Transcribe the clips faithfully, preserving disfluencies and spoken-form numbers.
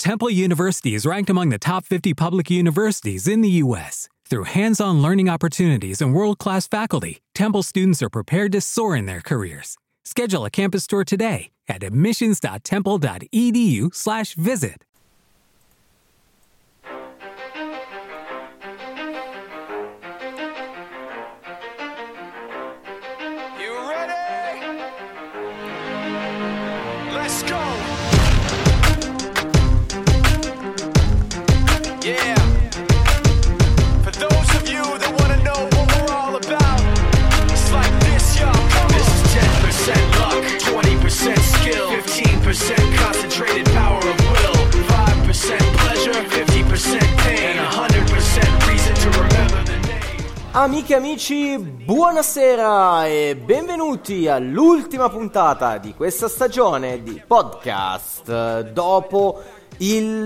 Temple University is ranked among the top fifty public universities in the U S Through hands-on learning opportunities and world-class faculty, Temple students are prepared to soar in their careers. Schedule a campus tour today at admissions.temple.edu slash visit. Concentrated power of will, five percent pleasure, fifty percent pain, one hundred percent reason to remember the name. Amiche e amici, buonasera e benvenuti all'ultima puntata di questa stagione di podcast dopo il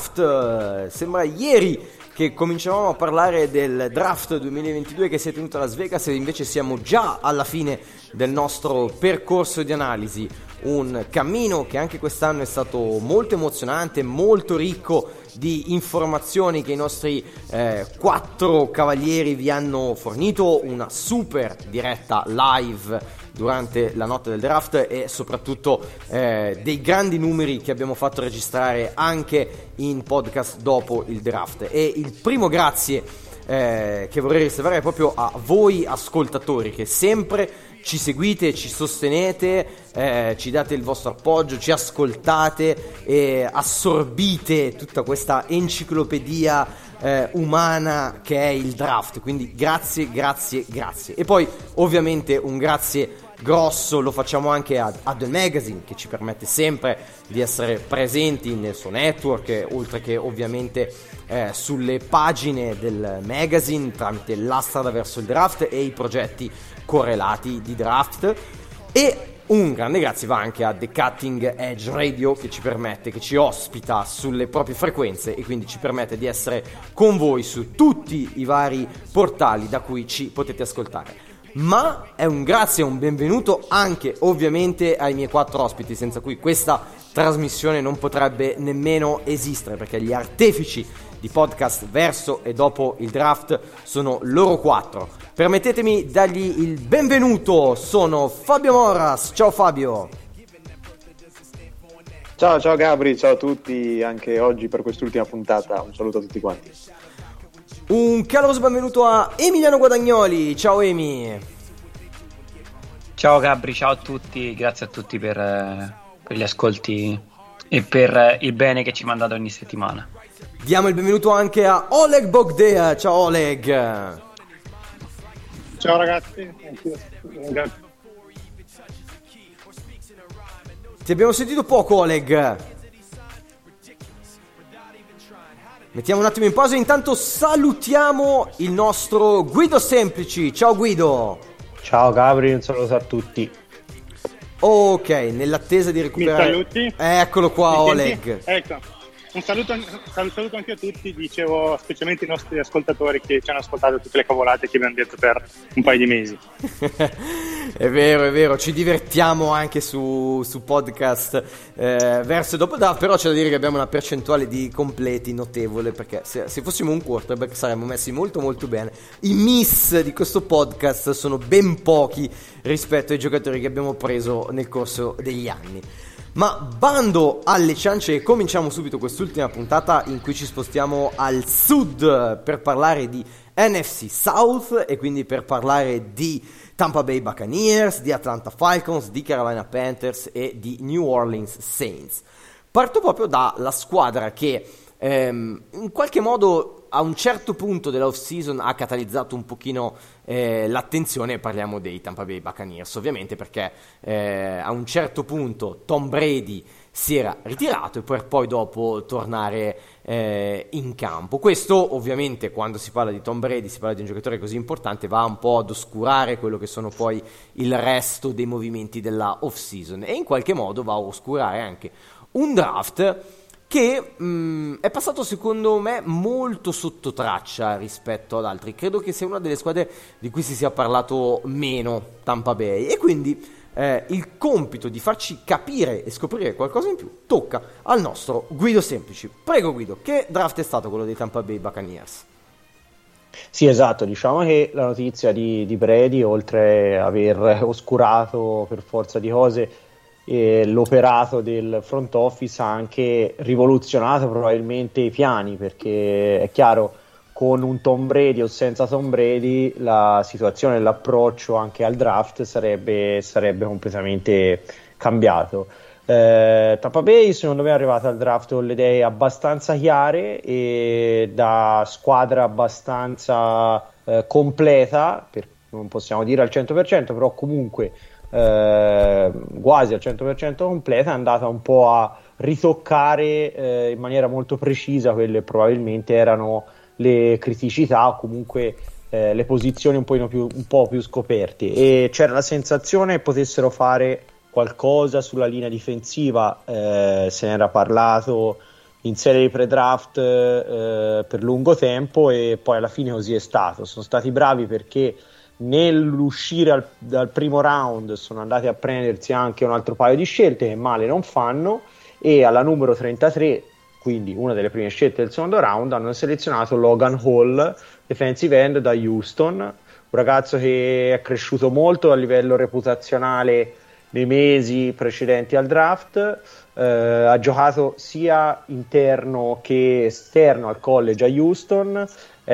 draft. Sembra ieri che cominciavamo a parlare del draft duemilaventidue che si è tenuto a Las Vegas e invece siamo già alla fine del nostro percorso di analisi. Un cammino che anche quest'anno è stato molto emozionante, molto ricco di informazioni che i nostri eh, quattro cavalieri vi hanno fornito, una super diretta live durante la notte del draft e soprattutto eh, dei grandi numeri che abbiamo fatto registrare anche in podcast dopo il draft. E il primo grazie eh, che vorrei riservare è proprio a voi ascoltatori che sempre ci seguite, ci sostenete, eh, ci date il vostro appoggio, ci ascoltate e assorbite tutta questa enciclopedia eh, umana che è il draft. Quindi grazie, grazie, grazie. E poi ovviamente un grazie grosso lo facciamo anche a, a The Magazine, che ci permette sempre di essere presenti nel suo network, oltre che ovviamente eh, sulle pagine del magazine tramite La Strada verso il draft e i progetti correlati di draft. E un grande grazie va anche a The Cutting Edge Radio, che ci permette, che ci ospita sulle proprie frequenze e quindi ci permette di essere con voi su tutti i vari portali da cui ci potete ascoltare. Ma è un grazie e un benvenuto anche ovviamente ai miei quattro ospiti, senza cui questa trasmissione non potrebbe nemmeno esistere, perché gli artefici di podcast verso e dopo il draft sono loro quattro. Permettetemi di dargli il benvenuto, sono Fabio Moras. Ciao Fabio. Ciao, ciao Gabri, ciao a tutti anche oggi per quest'ultima puntata, un saluto a tutti quanti. Un caloroso benvenuto a Emiliano Guadagnoli. Ciao Emi. Ciao Gabri, ciao a tutti, grazie a tutti per, eh, per gli ascolti e per eh, il bene che ci mandate ogni settimana. Diamo il benvenuto anche a Oleg Bogdea. Ciao Oleg. Ciao ragazzi. Ti abbiamo sentito poco Oleg. Mettiamo un attimo in pausa, intanto salutiamo il nostro Guido Semplici. Ciao Guido. Ciao Gabri, un saluto a tutti. Ok, nell'attesa di recuperare. Mi saluti? Eccolo qua Oleg. Ecco. Un saluto, un saluto anche a tutti, dicevo specialmente i nostri ascoltatori che ci hanno ascoltato tutte le cavolate che abbiamo detto per un paio di mesi. È vero, è vero, ci divertiamo anche su, su podcast eh, verso e dopo draft, però c'è da dire che abbiamo una percentuale di completi notevole, perché se, se fossimo un quarterback saremmo messi molto molto bene. I miss di questo podcast sono ben pochi rispetto ai giocatori che abbiamo preso nel corso degli anni. Ma bando alle ciance e cominciamo subito quest'ultima puntata in cui ci spostiamo al sud per parlare di N F C South e quindi per parlare di Tampa Bay Buccaneers, di Atlanta Falcons, di Carolina Panthers e di New Orleans Saints. Parto proprio dalla squadra che ehm, in qualche modo a un certo punto dell'off season ha catalizzato un pochino eh, l'attenzione. Parliamo dei Tampa Bay Buccaneers ovviamente, perché eh, a un certo punto Tom Brady si era ritirato e per poi dopo tornare eh, in campo. Questo ovviamente, quando si parla di Tom Brady, si parla di un giocatore così importante, va un po' ad oscurare quello che sono poi il resto dei movimenti della off season e in qualche modo va a oscurare anche un draft che mh, è passato secondo me molto sotto traccia rispetto ad altri. Credo che sia una delle squadre di cui si sia parlato meno, Tampa Bay, e quindi eh, il compito di farci capire e scoprire qualcosa in più tocca al nostro Guido Semplici. Prego Guido, che draft è stato quello dei Tampa Bay Buccaneers? Sì, esatto, diciamo che la notizia di, di Brady, oltre a aver oscurato per forza di cose eh, l'operato del front office, ha anche rivoluzionato probabilmente i piani, perché è chiaro, con un Tom Brady o senza Tom Brady la situazione, l'approccio anche al draft sarebbe, sarebbe completamente cambiato. Eh, Tampa Bay secondo me è arrivata al draft con le idee abbastanza chiare e da squadra abbastanza eh, completa, per, non possiamo dire al cento per cento, però comunque eh, quasi al cento per cento completa, è andata un po' a ritoccare eh, in maniera molto precisa quelle probabilmente erano le criticità o comunque eh, le posizioni un po' più, un po' più scoperte, e c'era la sensazione che potessero fare qualcosa sulla linea difensiva. Eh, se ne era parlato in serie di pre-draft eh, per lungo tempo e poi alla fine così è stato. Sono stati bravi perché nell'uscire al, dal primo round sono andati a prendersi anche un altro paio di scelte che male non fanno, e alla numero trentatré, quindi una delle prime scelte del secondo round, hanno selezionato Logan Hall, defensive end da Houston, un ragazzo che è cresciuto molto a livello reputazionale nei mesi precedenti al draft, eh, ha giocato sia interno che esterno al college a Houston,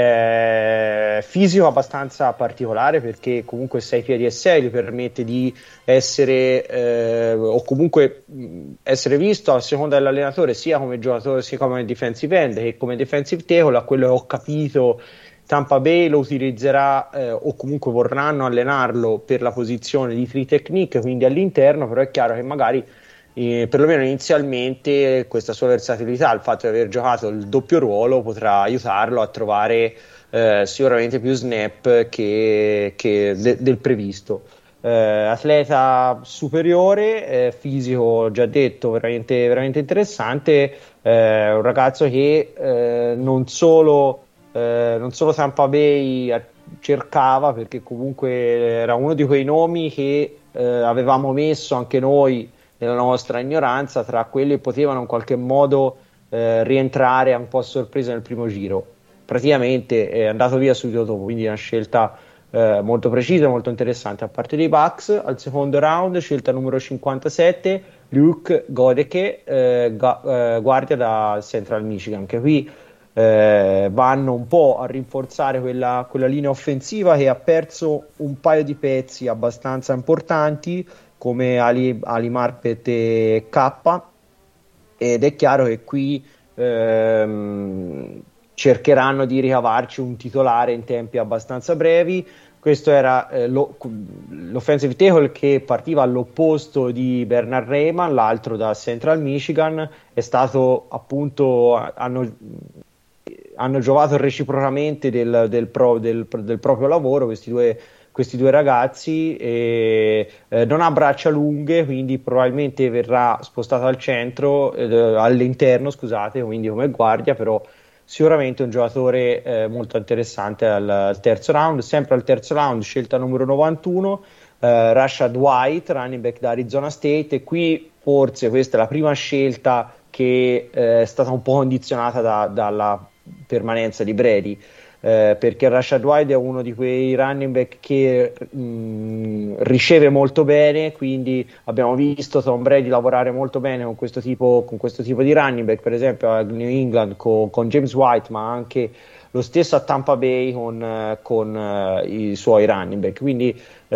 eh, fisico abbastanza particolare perché comunque sei piedi e sei gli permette di essere eh, o comunque mh, essere visto a seconda dell'allenatore sia come giocatore sia come defensive end che come defensive tackle. A quello che ho capito Tampa Bay lo utilizzerà eh, o comunque vorranno allenarlo per la posizione di three technique, quindi all'interno, però è chiaro che magari eh, perlomeno inizialmente questa sua versatilità, il fatto di aver giocato il doppio ruolo, potrà aiutarlo a trovare eh, sicuramente più snap che, che de- del previsto. Eh, atleta superiore, eh, fisico già detto, veramente, veramente interessante, eh, un ragazzo che eh, non solo Eh, non solo Tampa Bay cercava, perché comunque era uno di quei nomi che eh, avevamo messo anche noi nella nostra ignoranza tra quelli che potevano in qualche modo eh, rientrare un po' a sorpresa nel primo giro. Praticamente è andato via subito dopo, quindi una scelta eh, molto precisa, molto interessante a parte dei Bucks. Al secondo round, scelta numero cinquantasette, Luke Godeke, eh, ga- eh, guardia da Central Michigan, che qui Eh, vanno un po' a rinforzare quella, quella linea offensiva che ha perso un paio di pezzi abbastanza importanti come Ali, Ali Marpet e K, ed è chiaro che qui ehm, cercheranno di ricavarci un titolare in tempi abbastanza brevi. Questo era eh, lo, l'offensive tackle che partiva all'opposto di Bernard Rayman, l'altro da Central Michigan. È stato appunto hanno hanno giovato reciprocamente del, del, pro, del, del proprio lavoro questi due, questi due ragazzi, e eh, non ha braccia lunghe, quindi probabilmente verrà spostato al centro, eh, all'interno scusate, quindi come guardia, però sicuramente un giocatore eh, molto interessante al, al terzo round. Sempre al terzo round, scelta numero novantuno, eh, Rashad White, running back da Arizona State, e qui forse questa è la prima scelta che eh, è stata un po' condizionata da, dalla permanenza di Brady, eh, perché Rashad White è uno di quei running back che mh, riceve molto bene, quindi abbiamo visto Tom Brady lavorare molto bene con questo tipo, con questo tipo di running back, per esempio a New England con, con James White, ma anche lo stesso a Tampa Bay con, con uh, i suoi running back, quindi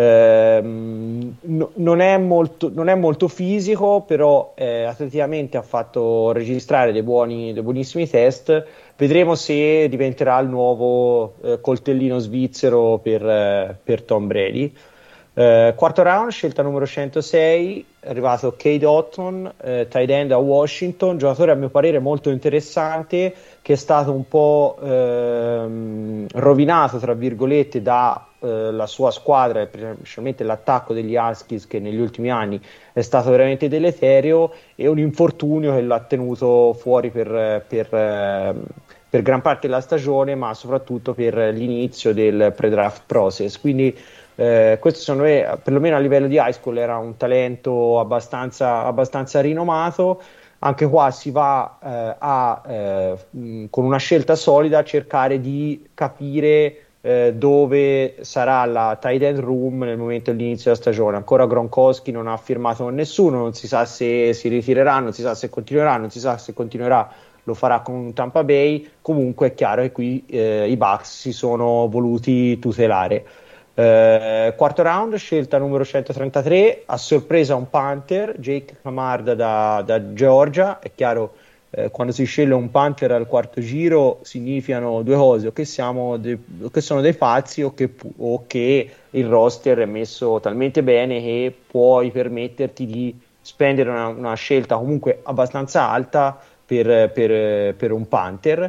ehm, no, non, è molto, non è molto fisico, però eh, atleticamente ha fatto registrare dei, buoni, dei buonissimi test. Vedremo se diventerà il nuovo eh, coltellino svizzero per, eh, per Tom Brady. Eh, quarto round, scelta numero centosei, è arrivato Cade Otton, eh, tight end a Washington, giocatore a mio parere molto interessante, che è stato un po' ehm, rovinato tra virgolette da eh, la sua squadra, specialmente l'attacco degli Huskies, che negli ultimi anni è stato veramente deleterio, e un infortunio che l'ha tenuto fuori per, per, eh, per gran parte della stagione, ma soprattutto per l'inizio del pre-draft process. Quindi Eh, questo secondo me, perlomeno a livello di high school, era un talento abbastanza, abbastanza rinomato. Anche qua si va eh, a, eh, mh, con una scelta solida, a cercare di capire eh, dove sarà la tight end room nel momento dell'inizio della stagione. Ancora Gronkowski non ha firmato con nessuno, non si sa se si ritirerà, non si sa se continuerà, non si sa se continuerà, lo farà con Tampa Bay. Comunque è chiaro che qui eh, i Bucs si sono voluti tutelare. Uh, quarto round, scelta numero centotrentatré, a sorpresa un punter, Jake Hamard da, da Georgia. È chiaro, eh, quando si sceglie un punter al quarto giro significano due cose: o che, siamo de- o che sono dei pazzi, o che, pu- o che il roster è messo talmente bene che puoi permetterti di spendere una, una scelta comunque abbastanza alta per, per, per un punter.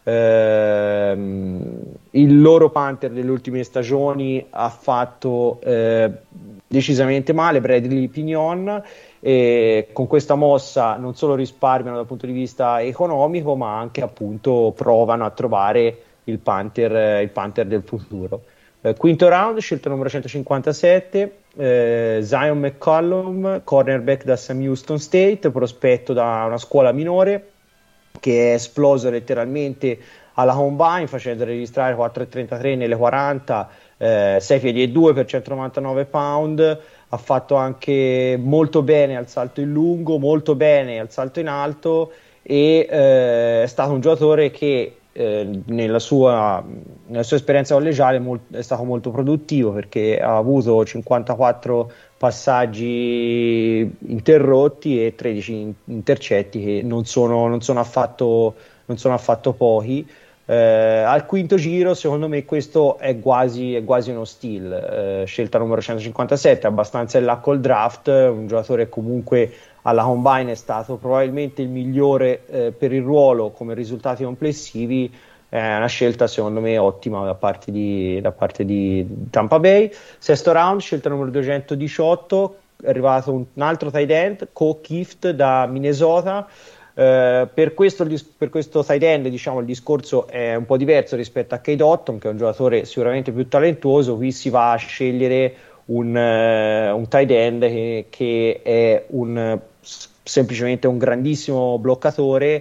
Uh, il loro punter delle ultime stagioni ha fatto uh, decisamente male, Bradley Pinion, e con questa mossa non solo risparmiano dal punto di vista economico, ma anche appunto provano a trovare il punter, il punter del futuro. Uh, quinto round, scelta numero centocinquantasette, uh, Zion McCollum, cornerback da Sam Houston State, prospetto da una scuola minore, che è esploso letteralmente alla combine, facendo registrare quattro virgola trentatré nelle quaranta, eh, sei piedi e due per centonovantanove pound. Ha fatto anche molto bene al salto in lungo, molto bene al salto in alto, e eh, è stato un giocatore che eh, nella, sua, nella sua esperienza collegiale molt- è stato molto produttivo, perché ha avuto cinquantaquattro passaggi interrotti e tredici intercetti, che non sono, non sono affatto, non sono affatto pochi. Eh, al quinto giro, secondo me, questo è quasi, è quasi uno steal. Eh, scelta numero centocinquantasette, abbastanza in là col draft, un giocatore comunque alla combine è stato probabilmente il migliore eh, per il ruolo come risultati complessivi. È una scelta secondo me ottima da parte di, da parte di Tampa Bay. Sesto round, scelta numero duecentodiciotto, è arrivato un, un altro tight end, Ko Kift da Minnesota. Uh, per questo, per questo tight end, diciamo, il discorso è un po' diverso rispetto a Cade Otton, che è un giocatore sicuramente più talentuoso. Qui si va a scegliere un, uh, un tight end che, che è un, semplicemente un grandissimo bloccatore,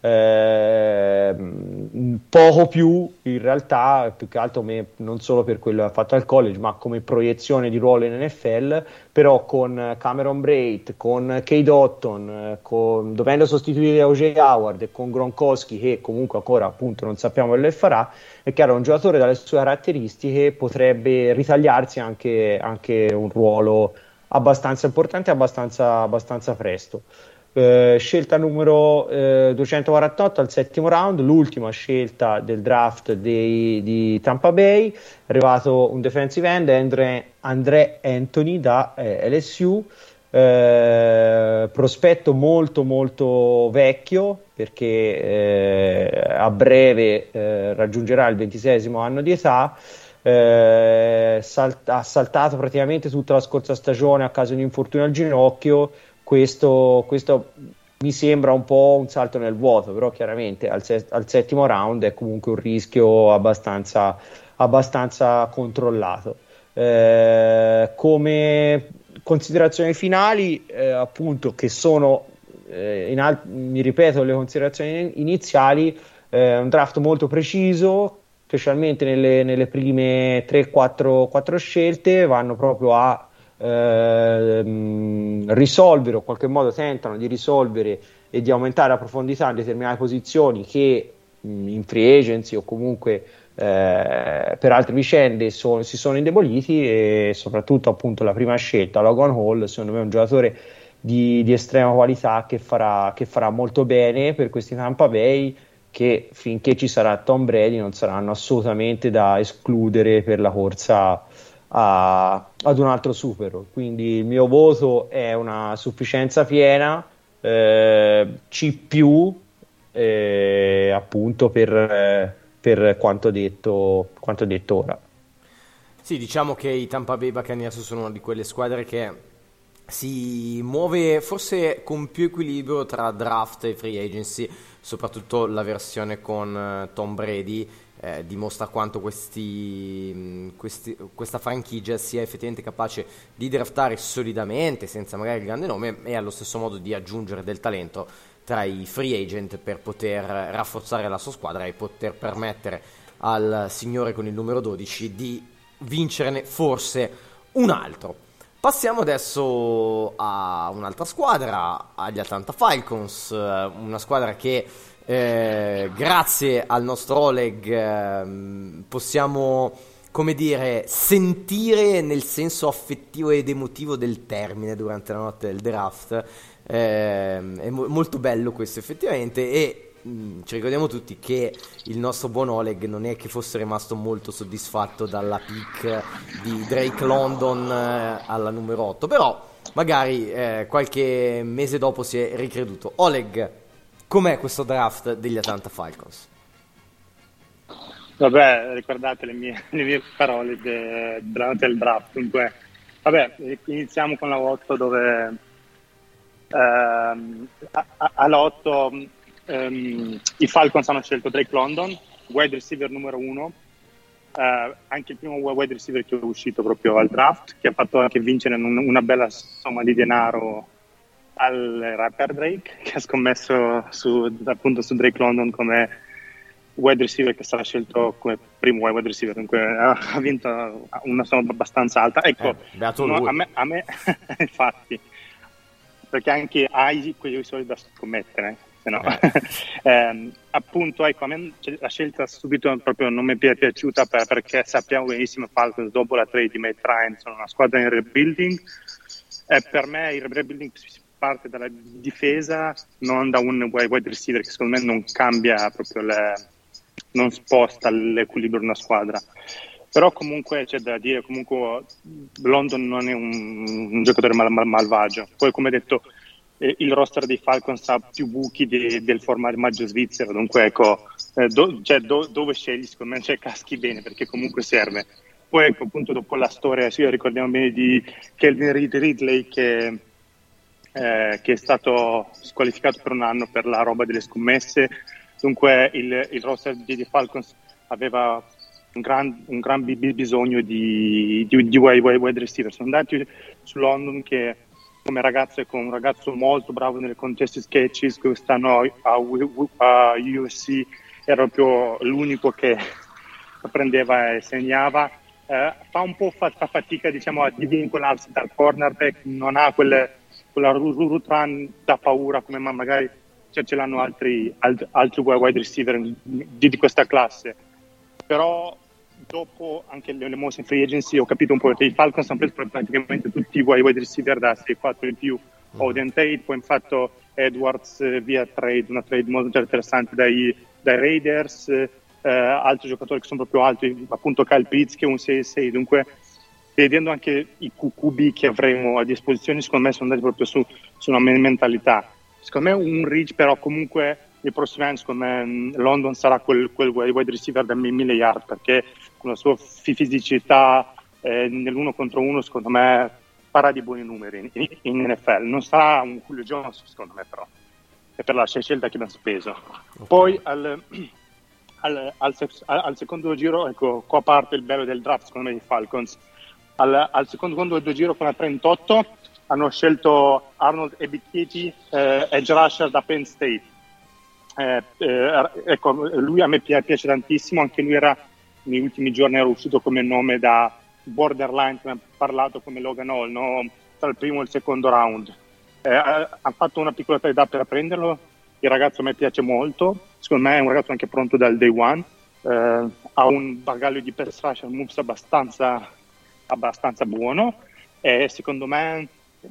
eh, poco più in realtà, più che altro me, non solo per quello che ha fatto al college, ma come proiezione di ruolo in N F L. Però con Cameron Brate, con Cade Otton, con, dovendo sostituire O J Howard, e con Gronkowski, che comunque ancora appunto non sappiamo quello che farà, è chiaro, un giocatore dalle sue caratteristiche potrebbe ritagliarsi anche, anche un ruolo abbastanza importante, abbastanza, abbastanza presto. Uh, scelta numero uh, duecentoquarantotto al settimo round, l'ultima scelta del draft dei, di Tampa Bay, è arrivato un defensive end, Andre, Andre Anthony da eh, L S U, uh, prospetto molto molto vecchio, perché eh, a breve eh, raggiungerà il ventiseiesimo anno di età. Eh, salt- ha saltato praticamente tutta la scorsa stagione a causa di un infortunio al ginocchio. Questo, questo mi sembra un po' un salto nel vuoto, però chiaramente al, se- al settimo round è comunque un rischio abbastanza, abbastanza controllato. Eh, come considerazioni finali, eh, appunto, che sono, eh, in al- mi ripeto le considerazioni iniziali, eh, un draft molto preciso, specialmente nelle, nelle prime tre quattro scelte, vanno proprio a Eh, risolvere, o in qualche modo tentano di risolvere e di aumentare la profondità in determinate posizioni che mh, in free agency o comunque eh, per altre vicende so, si sono indeboliti. E soprattutto appunto la prima scelta, Logan Hall, secondo me è un giocatore di, di estrema qualità, che farà, che farà molto bene per questi Tampa Bay, che finché ci sarà Tom Brady non saranno assolutamente da escludere per la corsa A, ad un altro Super Bowl. Quindi il mio voto è una sufficienza piena, eh, C più, eh, appunto per, eh, per quanto detto, quanto detto ora. Sì, diciamo che i Tampa Bay Buccaneers sono una di quelle squadre che si muove forse con più equilibrio tra draft e free agency, soprattutto la versione con uh, Tom Brady, eh, dimostra quanto questi, questi, questa franchigia sia effettivamente capace di draftare solidamente, senza magari il grande nome, e allo stesso modo di aggiungere del talento tra i free agent per poter rafforzare la sua squadra e poter permettere al signore con il numero dodici di vincerne forse un altro. Passiamo adesso a un'altra squadra, agli Atlanta Falcons, una squadra che eh, grazie al nostro Oleg eh, possiamo, come dire, sentire nel senso affettivo ed emotivo del termine durante la notte del draft. Eh, è mo- molto bello questo effettivamente, e mh, ci ricordiamo tutti che il nostro buon Oleg non è che fosse rimasto molto soddisfatto dalla pick di Drake London eh, alla numero otto, però magari eh, qualche mese dopo si è ricreduto. Oleg, com'è questo draft degli Atlanta Falcons? Vabbè, ricordate le mie, le mie parole de, durante il draft. Dunque, vabbè, iniziamo con la otto, dove ehm, a, a, all'otto ehm, i Falcons hanno scelto Drake London, wide receiver numero uno, eh, anche il primo wide receiver che è uscito proprio al draft, che ha fatto anche vincere un, una bella somma di denaro al rapper Drake, che ha scommesso su, appunto su Drake London come wide receiver che sarà scelto come primo wide receiver, dunque ha vinto una somma abbastanza alta. Ecco, eh, no, a me, a me infatti, perché anche hai quei soldi da scommettere, se no. eh, appunto, ecco, a me la scelta subito proprio non mi è piaciuta per, perché sappiamo benissimo Falcons dopo la trade di Matt Ryan sono una squadra in rebuilding, e per me il rebuilding parte dalla difesa, non da un wide receiver che secondo me non cambia proprio le, non sposta l'equilibrio di una squadra. Però comunque c'è da dire, comunque London non è un, un giocatore mal, mal, malvagio. Poi, come detto, eh, il roster dei Falcons ha più buchi di, del formaggio svizzero, dunque ecco, eh, do, cioè, do, dove scegli, secondo me cioè, caschi bene, perché comunque serve. Poi ecco, appunto dopo la storia, sì, ricordiamo bene di Calvin Ridley che Eh, che è stato squalificato per un anno per la roba delle scommesse, dunque il, il roster di Falcons aveva un gran, un gran bisogno di, di, di wide receiver. Sono andati su London, che come ragazzo è un ragazzo molto bravo nelle contesti sketches, quest'anno a, a U S C era proprio l'unico che prendeva e segnava. Eh, fa un po' fa, fa fatica, diciamo, a divincolarsi dal cornerback, non ha quelle quella route run da paura come magari cioè, ce l'hanno altri, alt, altri wide receiver di, di questa classe. Però dopo anche le, le mosse in free agency ho capito un po' che i Falcons hanno preso praticamente tutti i wide receiver da sei quattro in più, Auden Tate, poi hanno fatto Edwards via trade, una trade molto interessante dai, dai Raiders, eh, altri giocatori che sono proprio alti, appunto Kyle Pitts che è un sei sei, dunque vedendo anche i Q B che avremo a disposizione, secondo me sono andati proprio su, su una mentalità. Secondo me un reach, però comunque nei prossimi anni, secondo me London sarà quel, quel wide receiver da mille yard, perché con la sua fisicità eh, nell'uno contro uno, secondo me farà di buoni numeri in, in N F L. Non sarà un Julio Jones, secondo me, però è per la scelta che abbiamo speso. Okay. Poi al, al, al, al secondo giro, ecco, qua parte il bello del draft, secondo me, di Falcons. Al, al secondo, secondo giro con la trentotto hanno scelto Arnold Ebiketie, eh, edge rusher da Penn State. Eh, eh, ecco, lui a me piace tantissimo, anche lui era negli ultimi giorni era uscito come nome da borderline, come ha parlato come Logan Hall, no? Tra il primo e il secondo round. Eh, ha fatto una piccola trade per prenderlo, il ragazzo a me piace molto, secondo me è un ragazzo anche pronto dal day one, eh, ha un bagaglio di pass rusher moves abbastanza abbastanza buono, e secondo me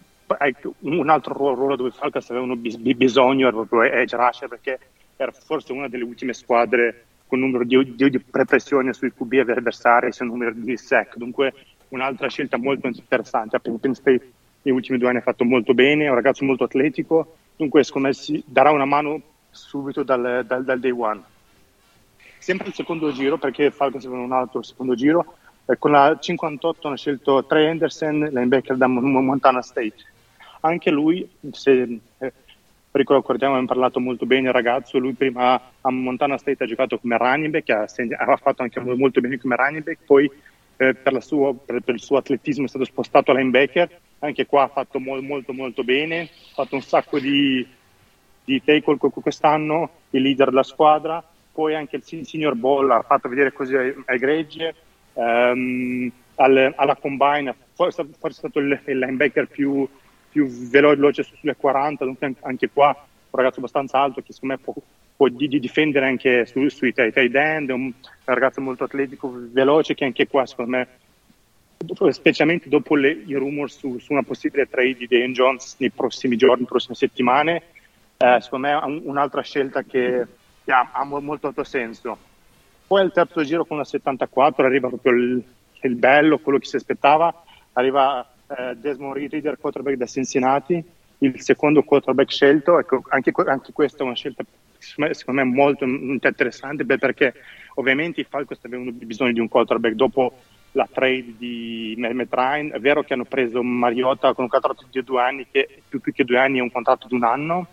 un altro ruolo dove Falcons avevano bisogno era proprio edge rusher, perché era forse una delle ultime squadre con numero di, di, di pressione sui Q B avversari e numero di sack, dunque un'altra scelta molto interessante. Penn State negli ultimi due anni ha fatto molto bene, è un ragazzo molto atletico, dunque secondo me si darà una mano subito dal, dal, dal day one. Sempre il secondo giro, perché Falcons avevano un altro secondo giro, con la cinquantotto hanno scelto Trey Anderson, linebacker da Montana State. Anche lui, se, eh, ricordiamo, abbiamo parlato molto bene il ragazzo, lui prima a Montana State ha giocato come running back, ha, ha fatto anche molto bene come running back, poi eh, per, la sua, per, per il suo atletismo è stato spostato a linebacker, anche qua ha fatto mo- molto molto bene, ha fatto un sacco di, di tackle quest'anno, il leader della squadra, poi anche il senior ball ha fatto vedere così ai, ai gregge, um, al, alla combine, forse, forse è stato il, il linebacker più, più veloce sulle quaranta, dunque anche qua un ragazzo abbastanza alto che secondo me può, può di, di difendere anche su, sui tight end, è un, un ragazzo molto atletico, veloce, che anche qua secondo me, specialmente dopo le, i rumor su, su una possibile trade di Dane Jones nei prossimi giorni, prossime settimane, eh, secondo me è un, un'altra scelta che, che ha, ha molto alto senso. Poi al terzo giro con la settantaquattro arriva proprio il, il bello, quello che si aspettava, arriva eh, Desmond Ridder, quarterback da Cincinnati, il secondo quarterback scelto. Ecco, anche, anche questa è una scelta secondo me, secondo me molto interessante, perché ovviamente i Falcons avevano bisogno di un quarterback dopo la trade di Matt Ryan. È vero che hanno preso Mariota con un contratto di due anni, che più, più che due anni è un contratto di un anno,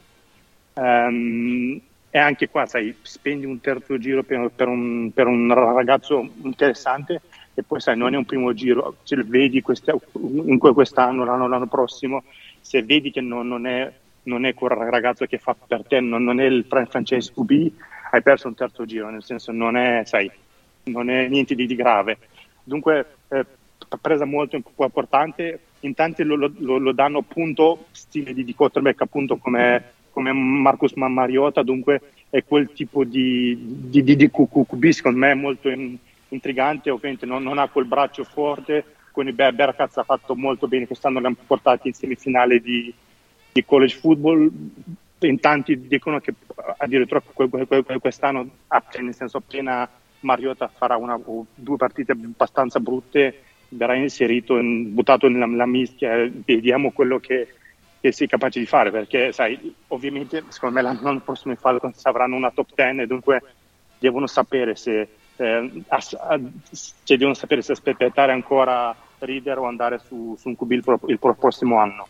um, e anche qua sai, spendi un terzo giro per, per, un, per un ragazzo interessante, e poi sai, non è un primo giro, se vedi queste, in quest'anno, l'anno, l'anno prossimo, se vedi che non, non è non è quel ragazzo che fa per te, non, non è il franchise Q B, hai perso un terzo giro, nel senso non è, sai, non è niente di, di grave. Dunque eh, presa molto importante, in tanti lo, lo, lo danno appunto stile di, di quarterback appunto come, come Marcus Mariota, dunque è quel tipo di, di, di, di Q B secondo me molto in, intrigante, ovviamente non, non ha quel braccio forte, con i Bearcats ha fatto molto bene, quest'anno li hanno portati in semifinale di di college football. In tanti dicono che addirittura quest'anno, nel senso appena Mariota farà una o due partite abbastanza brutte, verrà inserito, buttato nella mischia, vediamo quello che, che sei capace di fare, perché sai, ovviamente secondo me l'anno prossimo i Falcons avranno una top dieci e dunque devono sapere se eh, cioè devono sapere se aspettare ancora Reader o andare su, su un Q B il, pro, il prossimo anno.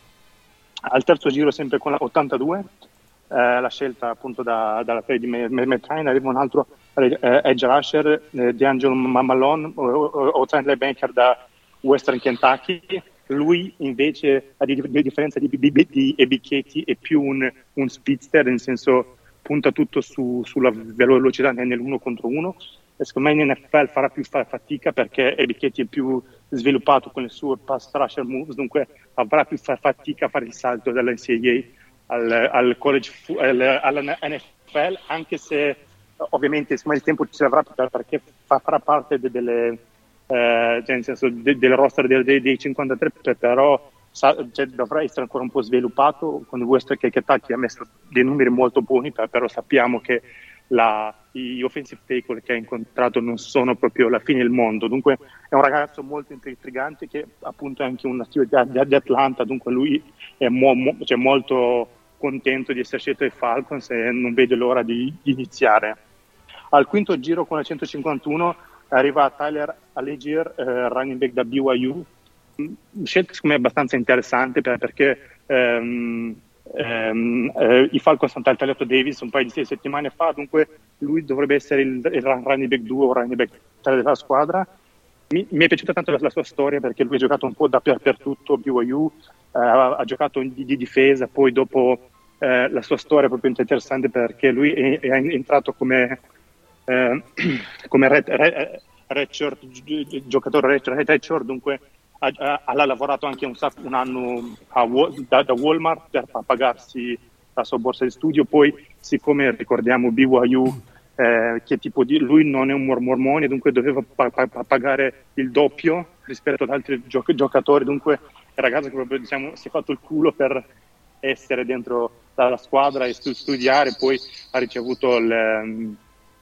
Al terzo giro, sempre con la ottantadue, eh, la scelta appunto da, dalla trade di Matt Ryan, arriva un altro eh, edge rusher, eh, D'Angelo Malone, outside linebacker da Western Kentucky. Lui invece, a di, di differenza di, di, di Ebiketie, è più un, un speedster, nel senso punta tutto su, sulla velocità nell'uno contro uno. E secondo me in N F L farà più fatica, perché Ebiketie è più sviluppato con le sue pass rusher moves, dunque avrà più fatica a fare il salto dall'N C A A al, al college, al, alla N F L, anche se ovviamente insomma, il tempo ci avrà, perché fa, farà parte de, delle eh, cioè nel senso de, del roster dei, dei, dei cinquantatré, però sa, cioè, dovrà essere ancora un po' sviluppato. Con il Western Kentucky ha messo dei numeri molto buoni, però sappiamo che La, gli offensive tackle che ha incontrato non sono proprio la fine del mondo, dunque è un ragazzo molto intrigante, che appunto è anche un nativo di, di Atlanta, dunque lui è mo, mo, cioè molto contento di essere scelto ai Falcons e non vede l'ora di, di iniziare. Al quinto giro con la centocinquantuno arriva Tyler Allegier, eh, running back da B Y U, scelta secondo me abbastanza interessante perché ehm, Um, uh, i Falcons hanno tagliato Davis un paio di settimane fa, dunque lui dovrebbe essere il, il running back due o running back tre della squadra. Mi, mi è piaciuta tanto la, la sua storia, perché lui ha giocato un po' dappertutto, B Y U, uh, ha giocato di, di difesa, poi dopo uh, la sua storia è proprio interessante, perché lui è, è entrato come uh, come red, red, red shirt, giocatore red, red shirt, dunque Ha, ha, ha lavorato anche un, un anno a, da, da Walmart per pagarsi la sua borsa di studio. Poi, siccome ricordiamo B Y U, eh, che tipo di, lui non è un mormone, dunque doveva pa- pa- pagare il doppio rispetto ad altri gio- giocatori, dunque il ragazzo che proprio, diciamo, si è fatto il culo per essere dentro la squadra e studiare. Poi ha ricevuto il,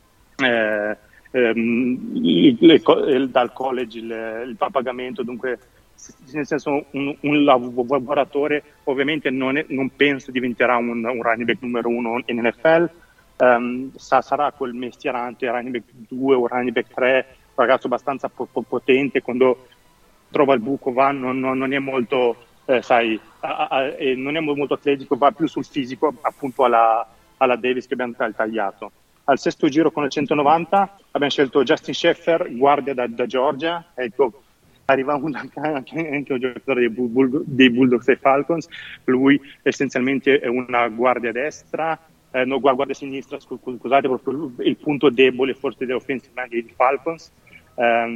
eh, ehm, il, il, il, dal college il, il pagamento, dunque nel senso un, un lavoratore. Ovviamente non, è, non penso diventerà un, un running back numero uno in N F L, um, sa, sarà quel mestierante running back due o running back tre, un ragazzo abbastanza po- potente, quando trova il buco va, non, non, non è molto eh, sai, a, a, e non è molto atletico, va più sul fisico, appunto alla, alla Davis che abbiamo tagliato. Al sesto giro con il centonovanta abbiamo scelto Justin Sheffer, guardia da, da Georgia, ecco, arriva un, anche, anche un giocatore dei, Bull, dei Bulldogs e Falcons, lui essenzialmente è una guardia destra, eh, no, guardia sinistra, scusate, proprio il punto debole forse dell'offensive line dei Falcons, eh,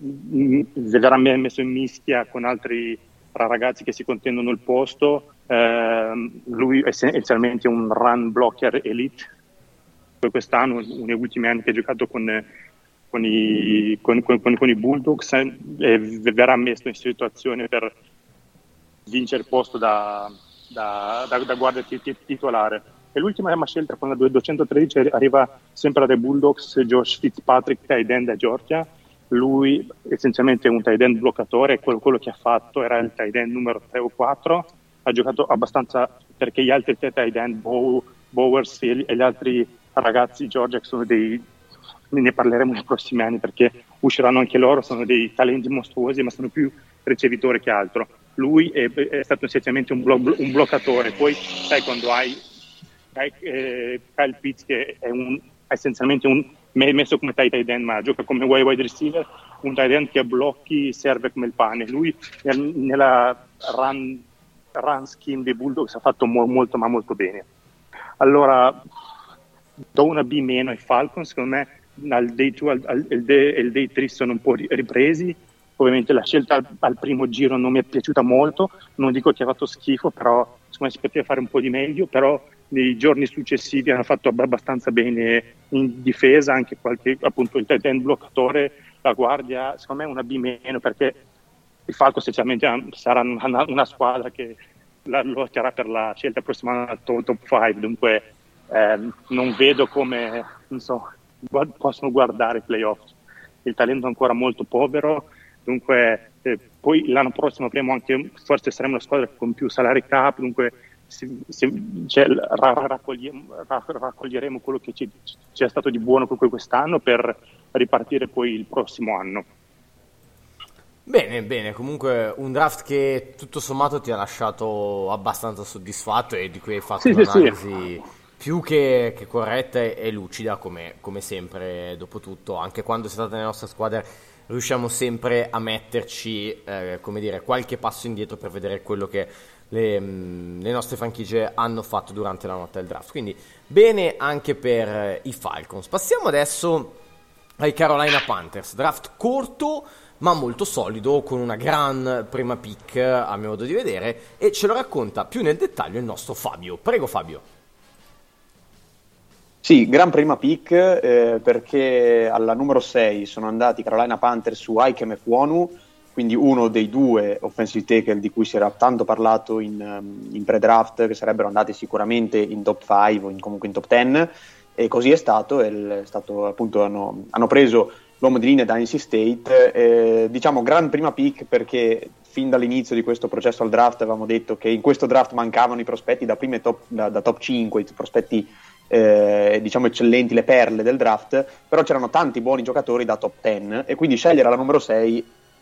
verrà messo in mischia con altri ragazzi che si contendono il posto, eh, lui è essenzialmente un run blocker elite, quest'anno, negli ultimi anni che ha giocato con, con, i, con, con, con i Bulldogs, e verrà messo in situazione per vincere il posto da, da, da, da guardia titolare. E l'ultima scelta con la duecentotredici arriva sempre dai Bulldogs, Josh Fitzpatrick, tight end da Georgia. Lui essenzialmente è un tight end bloccatore, quello, quello che ha fatto era il tight end numero tre o quattro, ha giocato abbastanza, perché gli altri tight end, Bow, Bowers e, e gli altri ragazzi Georgia, che sono dei, ne parleremo nei prossimi anni perché usciranno anche loro, sono dei talenti mostruosi, ma sono più ricevitori che altro. Lui è, è stato essenzialmente un, blo- un bloccatore. Poi sai, quando hai, hai eh, Kyle Pitts, che è un, essenzialmente un messo come tight end, ma gioca come wide receiver, un tight end che a blocchi serve come il pane. Lui nella run, run scheme dei Bulldogs ha fatto mo- molto ma molto bene. Allora do una B meno ai Falcons, secondo me al day due al, al, il day, il day tre sono un po' ripresi. Ovviamente la scelta al, al primo giro non mi è piaciuta molto, non dico che ha fatto schifo, però secondo me si poteva fare un po' di meglio, però nei giorni successivi hanno fatto abbastanza bene in difesa, anche qualche, appunto, il tight end bloccatore, la guardia, secondo me una B meno, perché i Falcons essenzialmente saranno una, una squadra che la lotterà per la scelta prossima al top cinque, dunque eh, non vedo come, non so, guard- possono guardare i playoff. Il talento è ancora molto povero, dunque eh, poi l'anno prossimo avremo anche, forse saremo una squadra con più salary cap, dunque si, si, cioè, raccoglieremo, raccoglieremo quello che ci, c'è stato di buono quest'anno per ripartire poi il prossimo anno. Bene, bene, comunque un draft che tutto sommato ti ha lasciato abbastanza soddisfatto e di cui hai fatto sì, un'analisi sì, sì. più che, che corretta e, e lucida, come, come sempre. Dopo tutto, anche quando sei stata nelle nostre squadre, riusciamo sempre a metterci, eh, come dire, qualche passo indietro per vedere quello che le, mh, le nostre franchigie hanno fatto durante la notte del draft. Quindi bene anche per eh, i Falcons. Passiamo adesso ai Carolina Panthers, draft corto ma molto solido, con una gran prima pick a mio modo di vedere, e ce lo racconta più nel dettaglio il nostro Fabio. Prego Fabio. Sì, gran prima pick, eh, perché alla numero sei sono andati Carolina Panthers su Ikem Ekwonu, quindi uno dei due offensive tackle di cui si era tanto parlato in, in pre-draft, che sarebbero andati sicuramente in top cinque o in, comunque in top dieci, e così è stato. È stato appunto, hanno, hanno preso l'uomo di linea da N C State, eh, diciamo gran prima pick perché fin dall'inizio di questo processo al draft avevamo detto che in questo draft mancavano i prospetti da prime top, da, da top cinque, i prospetti eh, diciamo eccellenti, le perle del draft, però c'erano tanti buoni giocatori da top dieci e quindi scegliere la numero sei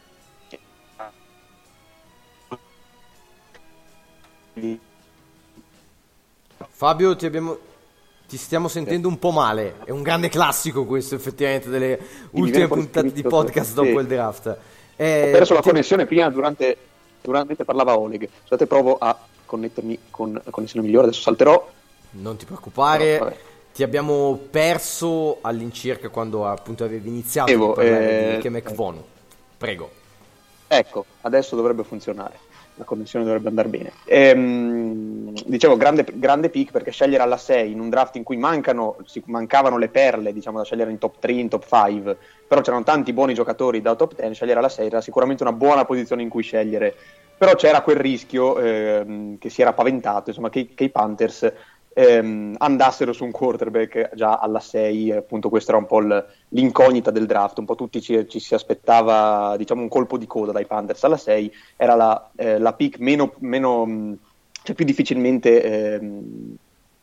Fabio, ti abbiamo ti stiamo sentendo un po' male. È un grande classico questo, effettivamente, delle ultime puntate di podcast dopo il draft. Eh, ho perso la ti... connessione prima durante, durante parlava Oleg. Scusate, provo a connettermi con la connessione migliore, adesso salterò. Non ti preoccupare, no, ti abbiamo perso all'incirca quando appunto avevi iniziato Evo, a parlare eh... di Ikem Ekwonu. Prego. Ecco, adesso dovrebbe funzionare. La connessione dovrebbe andare bene. Ehm, dicevo, grande, grande pick, perché scegliere alla sei in un draft in cui mancano, si, mancavano le perle, diciamo, da scegliere in top tre, in top cinque, però c'erano tanti buoni giocatori da top dieci, scegliere alla sei era sicuramente una buona posizione in cui scegliere, però c'era quel rischio ehm, che si era paventato, insomma, che, che i Panthers ehm, andassero su un quarterback già alla sei. Appunto questa era un po' l, l'incognita del draft, un po' tutti ci, ci si aspettava, diciamo, un colpo di coda dai Panthers alla sei, era la, eh, la pick meno, meno cioè più difficilmente ehm,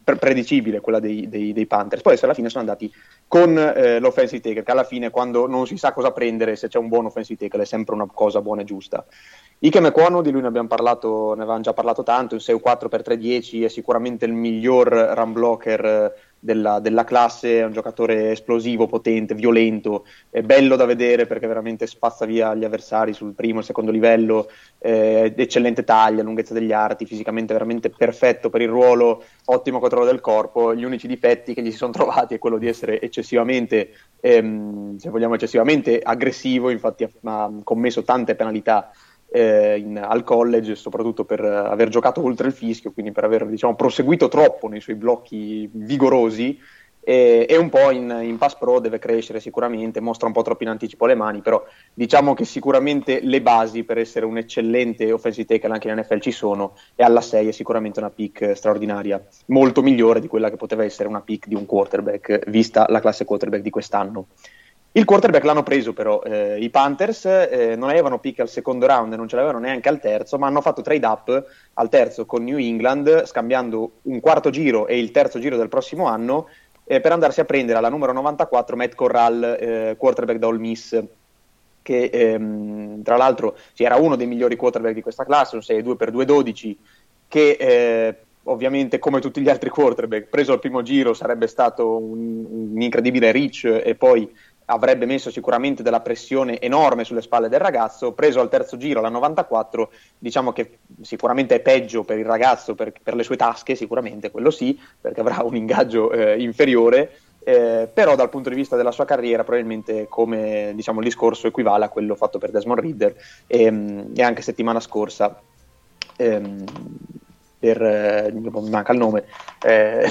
pre- predicibile quella dei, dei, dei Panthers. Poi adesso alla fine sono andati con eh, l'offensive tackle, che alla fine quando non si sa cosa prendere, se c'è un buon offensive tackle è sempre una cosa buona e giusta. Ikem Ekwonu, di lui ne abbiamo parlato, ne avevamo già parlato tanto, un sei quattro per tre dieci, è sicuramente il miglior run blocker della, della classe, è un giocatore esplosivo, potente, violento, è bello da vedere perché veramente spazza via gli avversari sul primo e secondo livello, eh, eccellente taglia, lunghezza degli arti, fisicamente veramente perfetto per il ruolo, ottimo controllo del corpo. Gli unici difetti che gli si sono trovati è quello di essere eccessivamente, ehm, se vogliamo eccessivamente aggressivo, infatti ha, ha commesso tante penalità Eh, in, al college, soprattutto per uh, aver giocato oltre il fischio, quindi per aver, diciamo, proseguito troppo nei suoi blocchi vigorosi, e, e un po' in, in pass pro deve crescere sicuramente, mostra un po' troppo in anticipo le mani, però diciamo che sicuramente le basi per essere un eccellente offensive tackle anche in N F L ci sono, e alla sei è sicuramente una pick straordinaria, molto migliore di quella che poteva essere una pick di un quarterback, vista la classe quarterback di quest'anno. Il quarterback l'hanno preso però eh, i Panthers, eh, non avevano pick al secondo round e non ce l'avevano neanche al terzo, ma hanno fatto trade up al terzo con New England, scambiando un quarto giro e il terzo giro del prossimo anno, eh, per andarsi a prendere alla numero novantaquattro Matt Corral, eh, quarterback da Ole Miss, che ehm, tra l'altro sì, era uno dei migliori quarterback di questa classe, un sei due per due dodici, che eh, ovviamente come tutti gli altri quarterback preso al primo giro sarebbe stato un, un incredibile reach e poi avrebbe messo sicuramente della pressione enorme sulle spalle del ragazzo. Preso al terzo giro alla novantaquattro, diciamo che sicuramente è peggio per il ragazzo, per, per le sue tasche sicuramente, quello sì, perché avrà un ingaggio eh, inferiore, eh, però dal punto di vista della sua carriera probabilmente, come diciamo il discorso equivale a quello fatto per Desmond Ridder, e, e anche settimana scorsa ehm, per eh, mi manca il nome eh,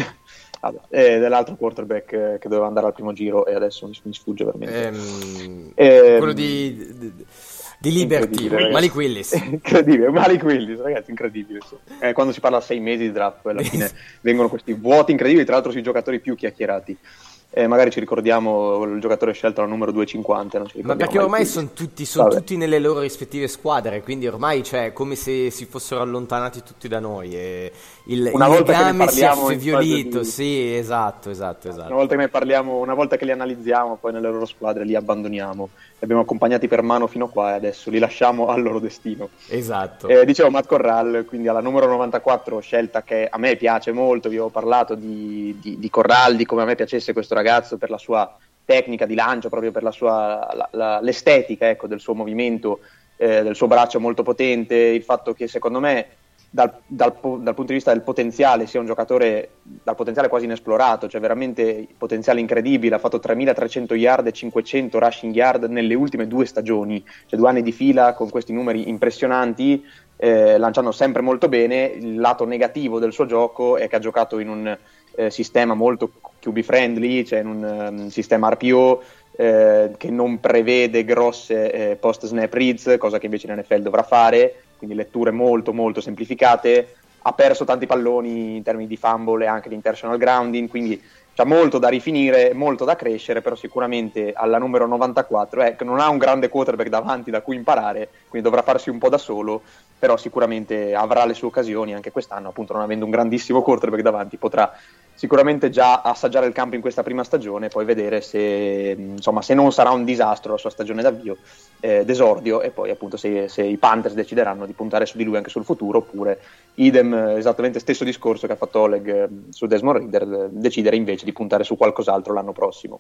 Eh, dell'altro quarterback eh, che doveva andare al primo giro e adesso mi, mi sfugge veramente. Ehm, ehm, quello di, di, di Liberty, Malik Willis. Incredibile, Malik Willis, ragazzi, incredibile. Eh, quando si parla a sei mesi di draft, poi alla fine vengono questi vuoti incredibili, tra l'altro sui giocatori più chiacchierati. Eh, magari ci ricordiamo il giocatore scelto al numero duecentocinquanta, non ci ma perché ormai più. sono tutti sono tutti nelle loro rispettive squadre, quindi ormai cioè come se si fossero allontanati tutti da noi e il, il legame si è affievolito. Di... sì, esatto, esatto, esatto. Una volta che ne parliamo, una volta che li analizziamo, poi nelle loro squadre li abbandoniamo. Li abbiamo accompagnati per mano fino qua e adesso li lasciamo al loro destino. Esatto. Eh, dicevo Matt Corral, quindi alla numero novantaquattro, scelta che a me piace molto. Vi avevo parlato di, di, di Corral, di come a me piacesse questo ragazzo per la sua tecnica di lancio, proprio per la sua la, la, l'estetica, ecco, del suo movimento, eh, del suo braccio molto potente, il fatto che secondo me dal, dal, dal punto di vista del potenziale sia un giocatore dal potenziale quasi inesplorato, cioè veramente potenziale incredibile, ha fatto tremilatrecento yard e cinquecento rushing yard nelle ultime due stagioni, cioè due anni di fila con questi numeri impressionanti, eh, lanciando sempre molto bene. Il lato negativo del suo gioco è che ha giocato in un eh, sistema molto Q B friendly, cioè in un um, sistema R P O eh, che non prevede grosse eh, post snap reads, cosa che invece in N F L dovrà fare, quindi letture molto molto semplificate. Ha perso tanti palloni in termini di fumble e anche di intentional grounding, quindi c'ha molto da rifinire, molto da crescere, però sicuramente alla numero novantaquattro eh, che non ha un grande quarterback davanti da cui imparare, quindi dovrà farsi un po' da solo, però sicuramente avrà le sue occasioni anche quest'anno, appunto non avendo un grandissimo quarterback davanti potrà sicuramente già assaggiare il campo in questa prima stagione, poi vedere se, insomma, se non sarà un disastro la sua stagione d'avvio, eh, d'esordio, e poi appunto se, se i Panthers decideranno di puntare su di lui anche sul futuro, oppure idem, esattamente stesso discorso che ha fatto Oleg eh, su Desmond Ridder, decidere invece di puntare su qualcos'altro l'anno prossimo.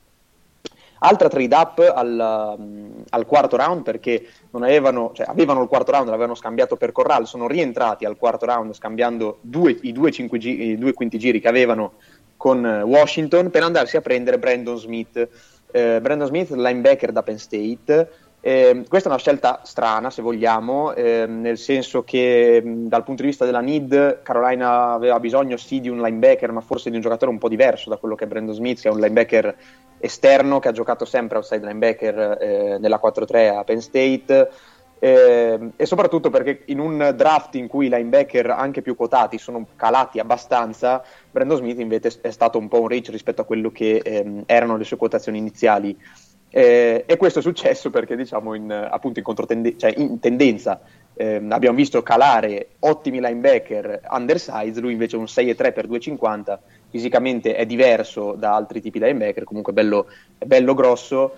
Altra trade up al, al quarto round, perché non avevano, cioè avevano il quarto round, l'avevano scambiato per Corral, sono rientrati al quarto round scambiando due, i, due cinque gi- i due quinti giri che avevano con Washington per andarsi a prendere Brandon Smith. Eh, Brandon Smith, linebacker da Penn State. Eh, questa è una scelta strana, se vogliamo, eh, nel senso che mh, dal punto di vista della need Carolina aveva bisogno sì di un linebacker, ma forse di un giocatore un po' diverso da quello che è Brandon Smith, che è un linebacker esterno che ha giocato sempre outside linebacker eh, nella quattro tre a Penn State, eh, e soprattutto perché in un draft in cui i linebacker anche più quotati sono calati abbastanza, Brandon Smith invece è stato un po' un reach rispetto a quello che ehm, erano le sue quotazioni iniziali. Eh, e questo è successo perché diciamo in, appunto in, controtende- cioè in tendenza eh, abbiamo visto calare ottimi linebacker undersize, lui invece un sei e tre per due e cinquanta, fisicamente è diverso da altri tipi di linebacker, comunque bello, è bello grosso,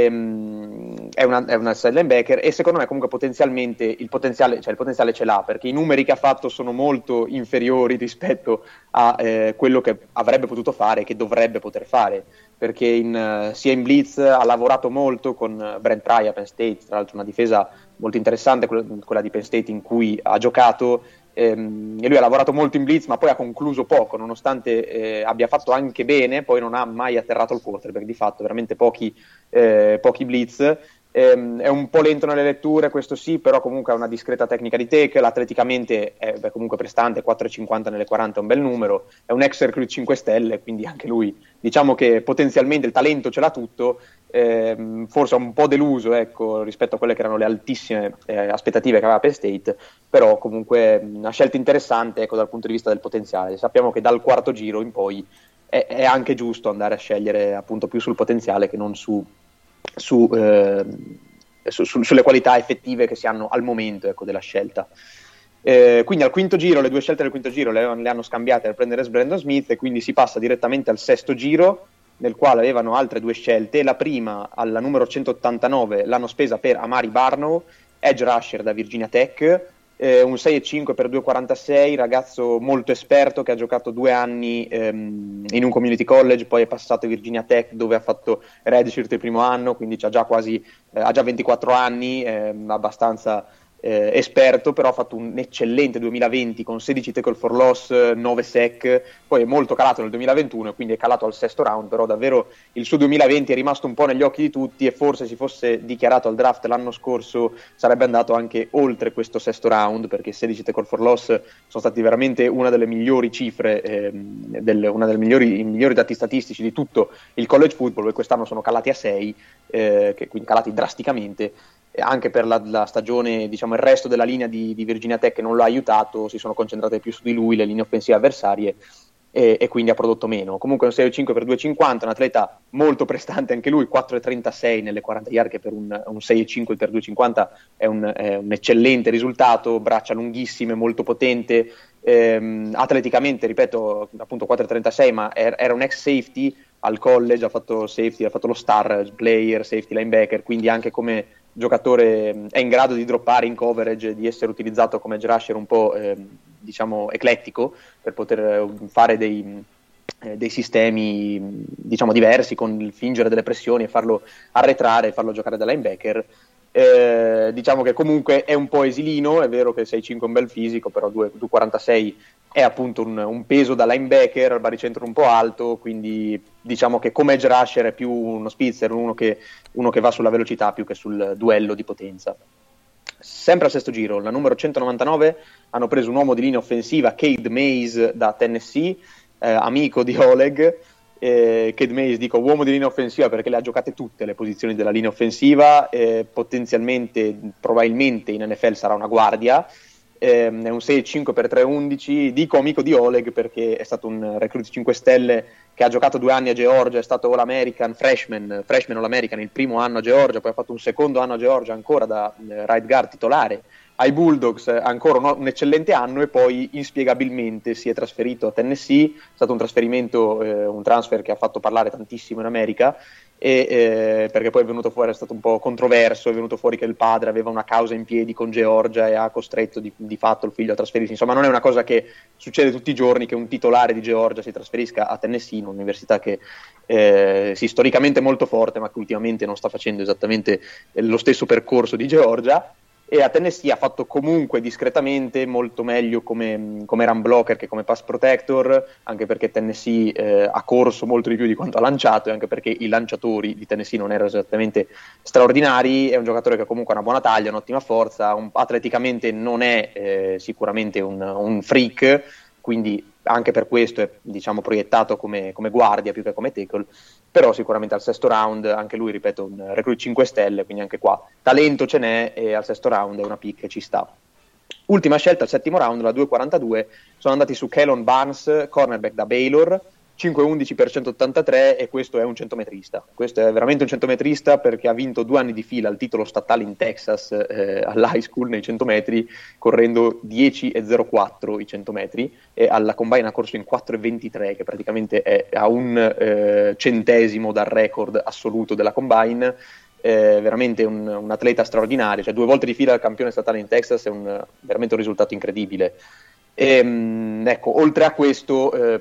ehm, è una, è una side linebacker, e secondo me comunque potenzialmente il potenziale, cioè il potenziale ce l'ha, perché i numeri che ha fatto sono molto inferiori rispetto a eh, quello che avrebbe potuto fare e che dovrebbe poter fare, perché in, uh, sia in blitz ha lavorato molto con uh, Brent Pry a Penn State, tra l'altro una difesa molto interessante, quella, quella di Penn State in cui ha giocato, ehm, e lui ha lavorato molto in blitz ma poi ha concluso poco, nonostante eh, abbia fatto anche bene, poi non ha mai atterrato il quarterback, di fatto veramente pochi, eh, pochi blitz. Ehm, è un po' lento nelle letture, questo sì, però comunque ha una discreta tecnica di tackle, atleticamente è beh, comunque prestante, quattro e cinquanta nelle quaranta è un bel numero, è un ex recruit cinque stelle, quindi anche lui diciamo che potenzialmente il talento ce l'ha tutto, ehm, forse è un po' deluso ecco, rispetto a quelle che erano le altissime eh, aspettative che aveva Penn State, però comunque una scelta interessante ecco, dal punto di vista del potenziale. Sappiamo che dal quarto giro in poi è, è anche giusto andare a scegliere appunto più sul potenziale che non su Su, eh, su, su, sulle qualità effettive che si hanno al momento ecco, della scelta. Eh, quindi al quinto giro, le due scelte del quinto giro le, le hanno scambiate per prendere Brandon Smith, e quindi si passa direttamente al sesto giro, nel quale avevano altre due scelte. La prima, alla numero centottantanove, l'hanno spesa per Amari Barnow, edge rusher da Virginia Tech, eh, un sei e cinque per due e quarantasei, ragazzo molto esperto che ha giocato due anni ehm, in un community college, poi è passato a Virginia Tech dove ha fatto redshirt il primo anno, quindi c'ha già quasi eh, ha già ventiquattro anni, ehm, abbastanza eh, esperto, però ha fatto un eccellente duemilaventi con sedici tackle for loss, nove sack, poi è molto calato nel duemilaventuno e quindi è calato al sesto round, però davvero il suo duemilaventi è rimasto un po' negli occhi di tutti, e forse si fosse dichiarato al draft l'anno scorso sarebbe andato anche oltre questo sesto round, perché sedici tackle for loss sono stati veramente una delle migliori cifre, ehm, del, una delle migliori, i migliori dati statistici di tutto il college football, e quest'anno sono calati a sei, eh, che quindi calati drasticamente. Anche per la, la stagione, diciamo, il resto della linea di, di Virginia Tech non l'ha aiutato, si sono concentrate più su di lui le linee offensive avversarie, e, e quindi ha prodotto meno. Comunque un sei e cinque per due e cinquanta, un atleta molto prestante anche lui, quattro e trentasei nelle quaranta yard, che per un, un sei e cinque per due e cinquanta è un, è un eccellente risultato, braccia lunghissime, molto potente, ehm, atleticamente, ripeto, appunto quattro e trentasei, ma era un ex safety al college, ha fatto safety, ha fatto lo star player, safety linebacker, quindi anche come giocatore è in grado di droppare in coverage, di essere utilizzato come edge rusher un po' eh, diciamo eclettico, per poter fare dei, eh, dei sistemi diciamo diversi, con il fingere delle pressioni e farlo arretrare e farlo giocare da linebacker. Eh, diciamo che comunque è un po' esilino, è vero che sei e cinque è un bel fisico, però due e quarantasei è appunto un, un peso da linebacker, al baricentro un po' alto, quindi diciamo che come edge rusher è più uno spitzer, uno che, uno che va sulla velocità più che sul duello di potenza. Sempre al sesto giro, la numero centonovantanove, hanno preso un uomo di linea offensiva, Cade Mays da Tennessee, eh, amico di Oleg. Eh, Cade Mays, dico uomo di linea offensiva perché le ha giocate tutte le posizioni della linea offensiva, eh, potenzialmente, probabilmente in N F L sarà una guardia, eh, è un sei e cinque per tre e undici, dico amico di Oleg perché è stato un recruit cinque stelle che ha giocato due anni a Georgia, è stato All-American, freshman, freshman All-American il primo anno a Georgia, poi ha fatto un secondo anno a Georgia ancora da eh, right guard titolare ai Bulldogs, ancora un, un eccellente anno, e poi inspiegabilmente si è trasferito a Tennessee, è stato un trasferimento, eh, un transfer che ha fatto parlare tantissimo in America, e, eh, perché poi è venuto fuori, è stato un po' controverso, è venuto fuori che il padre aveva una causa in piedi con Georgia e ha costretto di, di fatto il figlio a trasferirsi, insomma non è una cosa che succede tutti i giorni che un titolare di Georgia si trasferisca a Tennessee, un'università che eh, sì, storicamente è molto forte ma che ultimamente non sta facendo esattamente lo stesso percorso di Georgia. E a Tennessee ha fatto comunque discretamente molto meglio come, come run blocker che come pass protector, anche perché Tennessee eh, ha corso molto di più di quanto ha lanciato, e anche perché i lanciatori di Tennessee non erano esattamente straordinari. È un giocatore che comunque ha una buona taglia, un'ottima forza, un, atleticamente non è eh, sicuramente un, un freak, quindi anche per questo è diciamo proiettato come, come guardia più che come tackle, però sicuramente al sesto round, anche lui ripeto un recruit cinque stelle, quindi anche qua talento ce n'è, e al sesto round è una pick che ci sta. Ultima scelta al settimo round, la due e quarantadue, sono andati su Kellen Barnes, cornerback da Baylor, cinque undici per centottantatré, e questo è un centometrista. Questo è veramente un centometrista, perché ha vinto due anni di fila il titolo statale in Texas eh, all'high school nei cento metri, correndo dieci e zero quattro i cento metri, e alla combine ha corso in quattro e ventitré, che praticamente è a un eh, centesimo dal record assoluto della combine. Eh, veramente un, un atleta straordinario, cioè due volte di fila il campione statale in Texas è un, veramente un risultato incredibile. E, mh, ecco, oltre a questo eh,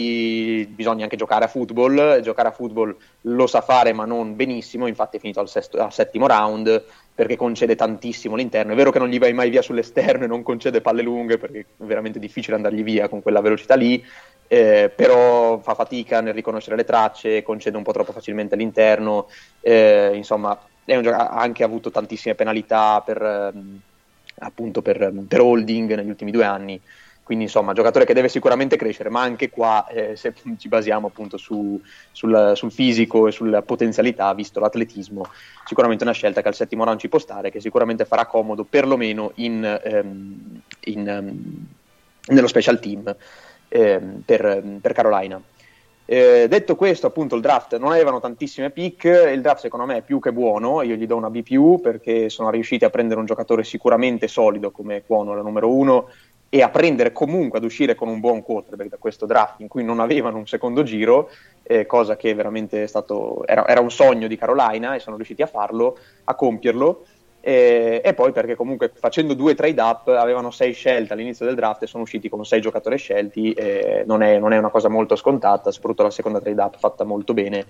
poi bisogna anche giocare a football. Giocare a football lo sa fare, ma non benissimo. Infatti è finito al, sesto, al settimo round, perché concede tantissimo all'interno. È vero che non gli vai mai via sull'esterno e non concede palle lunghe, perché è veramente difficile andargli via con quella velocità lì, eh, però fa fatica nel riconoscere le tracce, concede un po' troppo facilmente all'interno, eh, insomma è un gioc- ha anche avuto tantissime penalità per, eh, appunto per, per holding negli ultimi due anni. Quindi insomma, giocatore che deve sicuramente crescere, ma anche qua eh, se ci basiamo appunto su, sul, sul fisico e sulla potenzialità, visto l'atletismo, sicuramente una scelta che al settimo round ci può stare, che sicuramente farà comodo perlomeno in, ehm, in, ehm, nello special team ehm, per, per Carolina. Eh, detto questo, appunto il draft non avevano tantissime pick, il draft secondo me è più che buono, io gli do una B più, perché sono riusciti a prendere un giocatore sicuramente solido come Kwonu, la numero uno, e a prendere comunque, ad uscire con un buon quarterback da questo draft in cui non avevano un secondo giro, eh, cosa che veramente è stato, era, era un sogno di Carolina, e sono riusciti a farlo, a compierlo, eh, e poi perché comunque facendo due trade up avevano sei scelte all'inizio del draft e sono usciti con sei giocatori scelti, eh, non, è, non è una cosa molto scontata, soprattutto la seconda trade up fatta molto bene,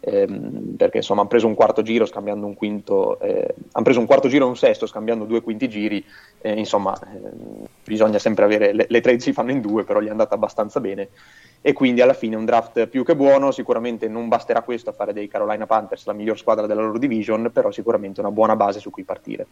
ehm, perché insomma hanno preso un quarto giro scambiando un quinto, eh, hanno preso un quarto giro e un sesto scambiando due quinti giri, eh, insomma eh, bisogna sempre avere, le, le trade si fanno in due, però gli è andata abbastanza bene, e quindi alla fine un draft più che buono. Sicuramente non basterà questo a fare dei Carolina Panthers la miglior squadra della loro division, però sicuramente una buona base su cui partire.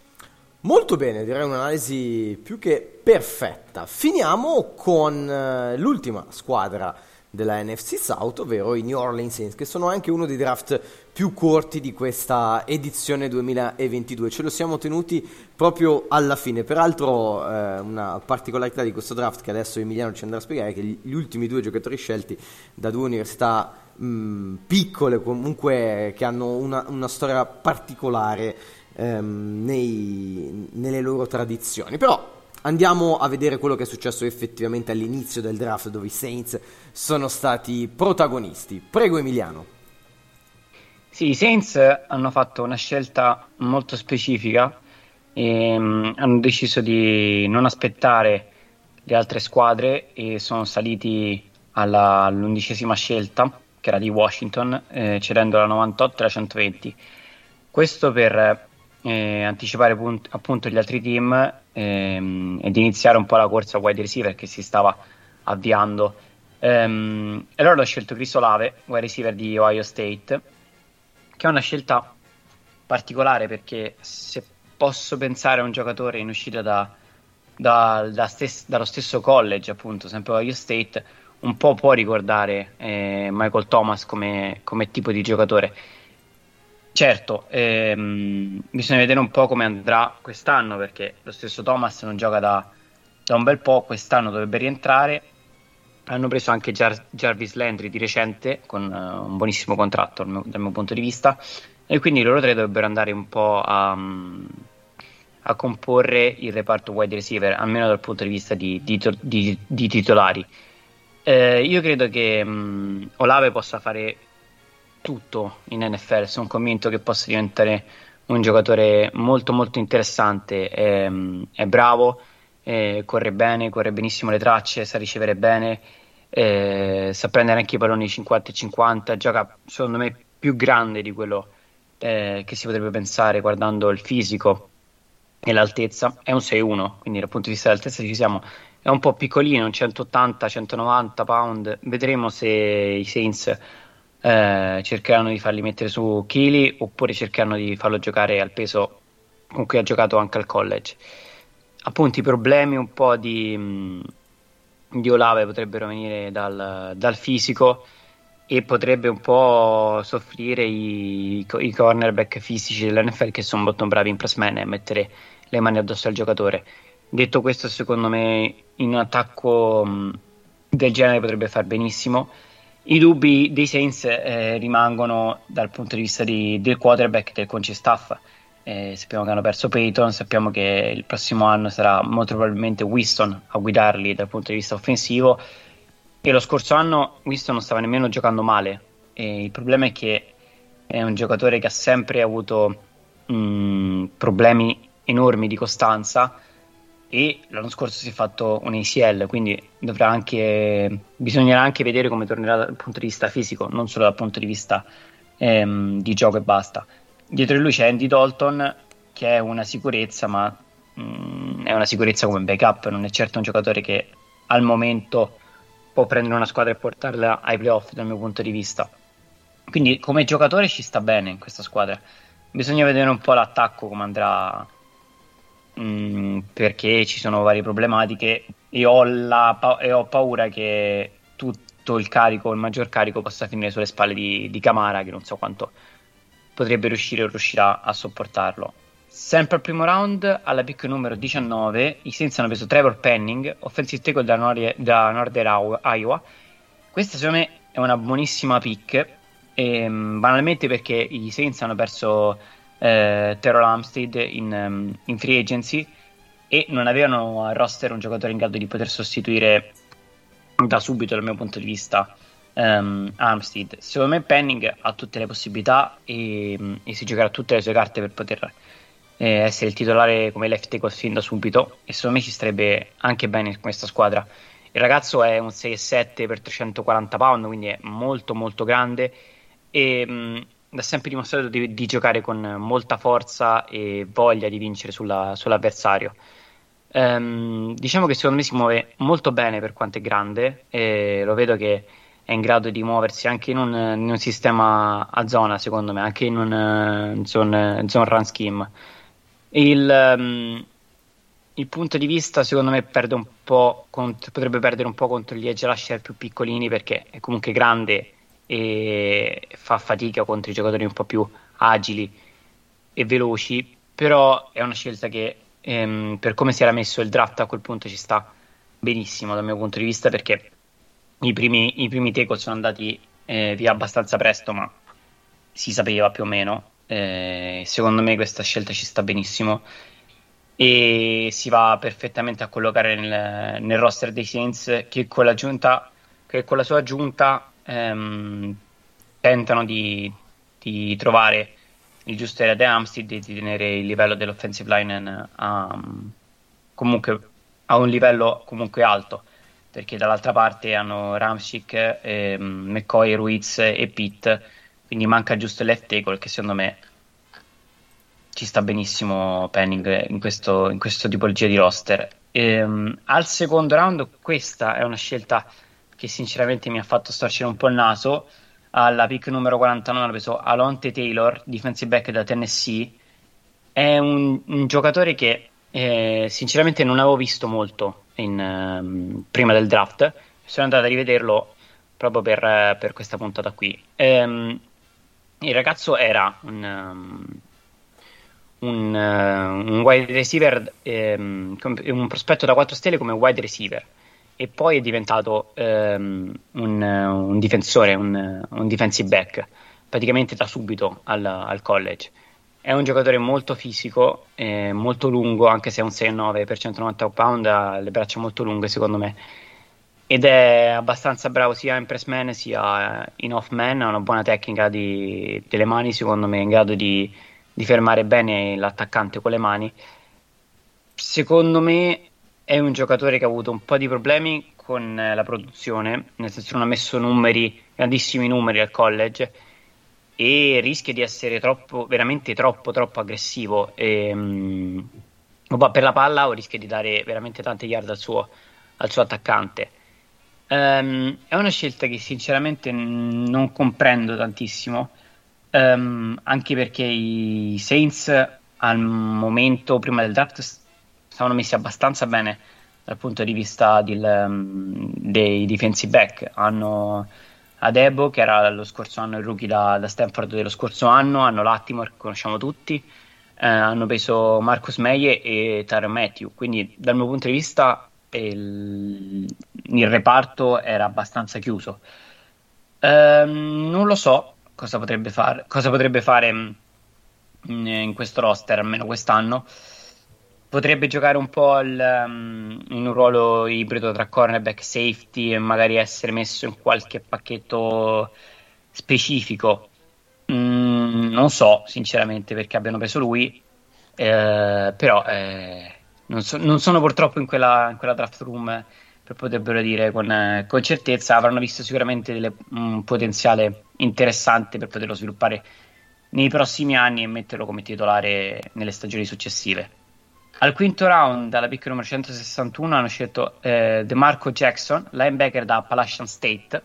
Molto bene, direi un'analisi più che perfetta. Finiamo con uh, l'ultima squadra della N F C South, ovvero i New Orleans Saints, che sono anche uno dei draft più corti di questa edizione duemilaventidue. Ce lo siamo tenuti proprio alla fine. Peraltro eh, una particolarità di questo draft, che adesso Emiliano ci andrà a spiegare, è che gli, gli ultimi due giocatori scelti da due università mh, piccole, comunque che hanno una, una storia particolare ehm, nei, nelle loro tradizioni. Però andiamo a vedere quello che è successo effettivamente all'inizio del draft, dove i Saints sono stati protagonisti. Prego Emiliano. Sì, i Saints hanno fatto una scelta molto specifica e um, hanno deciso di non aspettare le altre squadre e sono saliti alla, all'undicesima scelta, che era di Washington, eh, cedendo la novantotto e la centoventi. Questo per eh, anticipare punt- appunto gli altri team ehm, ed iniziare un po' la corsa wide receiver che si stava avviando. Ehm, e allora ho scelto Chris Olave, wide receiver di Ohio State, che è una scelta particolare perché, se posso pensare a un giocatore in uscita da, da, da stes- dallo stesso college, appunto sempre Ohio State, un po' può ricordare eh, Michael Thomas come, come tipo di giocatore. Certo, ehm, bisogna vedere un po' come andrà quest'anno, perché lo stesso Thomas non gioca da, da un bel po', quest'anno dovrebbe rientrare. Hanno preso anche Jar- Jarvis Landry di recente, con uh, un buonissimo contratto dal mio, dal mio punto di vista, e quindi loro tre dovrebbero andare un po' a, a comporre il reparto wide receiver, almeno dal punto di vista di, di, di, di titolari. Eh, io credo che um, Olave possa fare tutto in N F L, sono convinto che possa diventare un giocatore molto molto interessante, è, è bravo, eh, corre bene, corre benissimo le tracce, sa ricevere bene, eh, sa prendere anche i palloni cinquanta e cinquanta, gioca secondo me più grande di quello eh, che si potrebbe pensare guardando il fisico e l'altezza. È un sei uno, quindi dal punto di vista dell'altezza ci siamo. È un po' piccolino, centottanta centonovanta pound, vedremo se i Saints Eh, cercheranno di farli mettere su chili oppure cercheranno di farlo giocare al peso con cui ha giocato anche al college. Appunto, i problemi un po' di, mh, di Olave potrebbero venire dal, dal fisico, e potrebbe un po' soffrire i, i cornerback fisici dell'N F L, che sono molto bravi in press man e a mettere le mani addosso al giocatore. Detto questo, secondo me in un attacco mh, del genere potrebbe far benissimo. I dubbi dei Saints eh, rimangono dal punto di vista di, del quarterback e del coaching staff. Eh, sappiamo che hanno perso Peyton, sappiamo che il prossimo anno sarà molto probabilmente Winston a guidarli dal punto di vista offensivo, e lo scorso anno Winston non stava nemmeno giocando male, e il problema è che è un giocatore che ha sempre avuto mh, problemi enormi di costanza, e l'anno scorso si è fatto un A C L, quindi dovrà anche, bisognerà anche vedere come tornerà dal punto di vista fisico, non solo dal punto di vista ehm, di gioco e basta. Dietro di lui c'è Andy Dalton, che è una sicurezza, ma mh, è una sicurezza come backup, non è certo un giocatore che al momento può prendere una squadra e portarla ai playoff dal mio punto di vista. Quindi come giocatore ci sta bene in questa squadra. Bisogna vedere un po' l'attacco come andrà, mh, perché ci sono varie problematiche, e ho, la, e ho paura che tutto il carico, il maggior carico, possa finire sulle spalle di, di Camara, che non so quanto potrebbe riuscire o riuscirà a sopportarlo. Sempre al primo round, alla pick numero diciannove, i Saints hanno preso Trevor Penning, offensive tackle da, Nor- da Northern Iowa. Questa secondo me è una buonissima pick, ehm, banalmente perché i Saints hanno perso eh, Terrell Armstead in, um, in free agency, e non avevano al roster un giocatore in grado di poter sostituire da subito, dal mio punto di vista, Um, Armstead. Secondo me Penning ha tutte le possibilità e, e si giocherà tutte le sue carte per poter eh, essere il titolare come left tackle fin da subito, e secondo me ci starebbe anche bene in questa squadra. Il ragazzo è un sei virgola sette per trecentoquaranta pound, quindi è molto molto grande, e mh, ha sempre dimostrato di, di giocare con molta forza e voglia di vincere sulla, sull'avversario. Um, diciamo che secondo me si muove molto bene per quanto è grande, e lo vedo che è in grado di muoversi anche in un, in un sistema a zona, secondo me, anche in un uh, zone, zone run scheme. Il, um, il punto di vista, secondo me, perde un po' cont- potrebbe perdere un po' contro gli edge rusher più piccolini, perché è comunque grande e fa fatica contro i giocatori un po' più agili e veloci, però è una scelta che ehm, per come si era messo il draft a quel punto ci sta benissimo dal mio punto di vista, perché I primi, i primi tackle sono andati eh, via abbastanza presto, ma si sapeva più o meno. Eh, secondo me questa scelta ci sta benissimo e si va perfettamente a collocare nel, nel roster dei Saints, che con, l'aggiunta, che con la sua aggiunta ehm, tentano di, di trovare il giusto area di Armstead e di tenere il livello dell'offensive line a, comunque a un livello comunque alto, perché dall'altra parte hanno Ramczyk, ehm, McCoy, Ruiz e Pitt, quindi manca giusto il left tackle, che secondo me ci sta benissimo Penning in questo, in questo tipologia di roster. Ehm, al secondo round questa è una scelta che sinceramente mi ha fatto storcere un po' il naso. Alla pick numero quarantanove hanno preso Alonte Taylor, defensive back da Tennessee. È un, un giocatore che eh, sinceramente non avevo visto molto In, um, prima del draft. Sono andato a rivederlo proprio per, uh, per questa puntata qui. Um, il ragazzo era un, um, un, uh, un wide receiver, um, un prospetto da quattro stelle come wide receiver, e poi è diventato um, un, uh, un difensore, un, un defensive back praticamente da subito al, al college. È un giocatore molto fisico, eh, molto lungo, anche se è un sei virgola nove per centonovanta pound, ha le braccia molto lunghe secondo me, ed è abbastanza bravo sia in press man sia in off man, ha una buona tecnica di, delle mani, secondo me è in grado di, di fermare bene l'attaccante con le mani. Secondo me è un giocatore che ha avuto un po' di problemi con la produzione, nel senso non ha messo numeri, grandissimi numeri al college, e rischia di essere troppo, veramente troppo troppo aggressivo e, um, per la palla, o rischia di dare veramente tante yard al suo, al suo attaccante. Um, è una scelta che sinceramente non comprendo tantissimo, um, anche perché i Saints al momento prima del draft stavano messi abbastanza bene dal punto di vista del, um, dei defensive back. Hanno Adebo, che era lo scorso anno il rookie da, da Stanford dello scorso anno, hanno Lattimore, che conosciamo tutti, eh, hanno preso Marcus Maye e Tyrann Mathieu, quindi dal mio punto di vista il, il reparto era abbastanza chiuso. Ehm, non lo so cosa potrebbe fare, cosa potrebbe fare mh, in, in questo roster, almeno quest'anno. Potrebbe giocare un po' al, um, in un ruolo ibrido tra cornerback, safety e magari essere messo in qualche pacchetto specifico. Mm, non so sinceramente perché abbiano preso lui, eh, però eh, non, so- non sono purtroppo in quella, in quella draft room per poterbero dire con, eh, con certezza. Avranno visto sicuramente delle- un potenziale interessante per poterlo sviluppare nei prossimi anni e metterlo come titolare nelle stagioni successive. Al quinto round, alla pick numero centosessantuno, hanno scelto eh, DeMarco Jackson, linebacker da Appalachian State.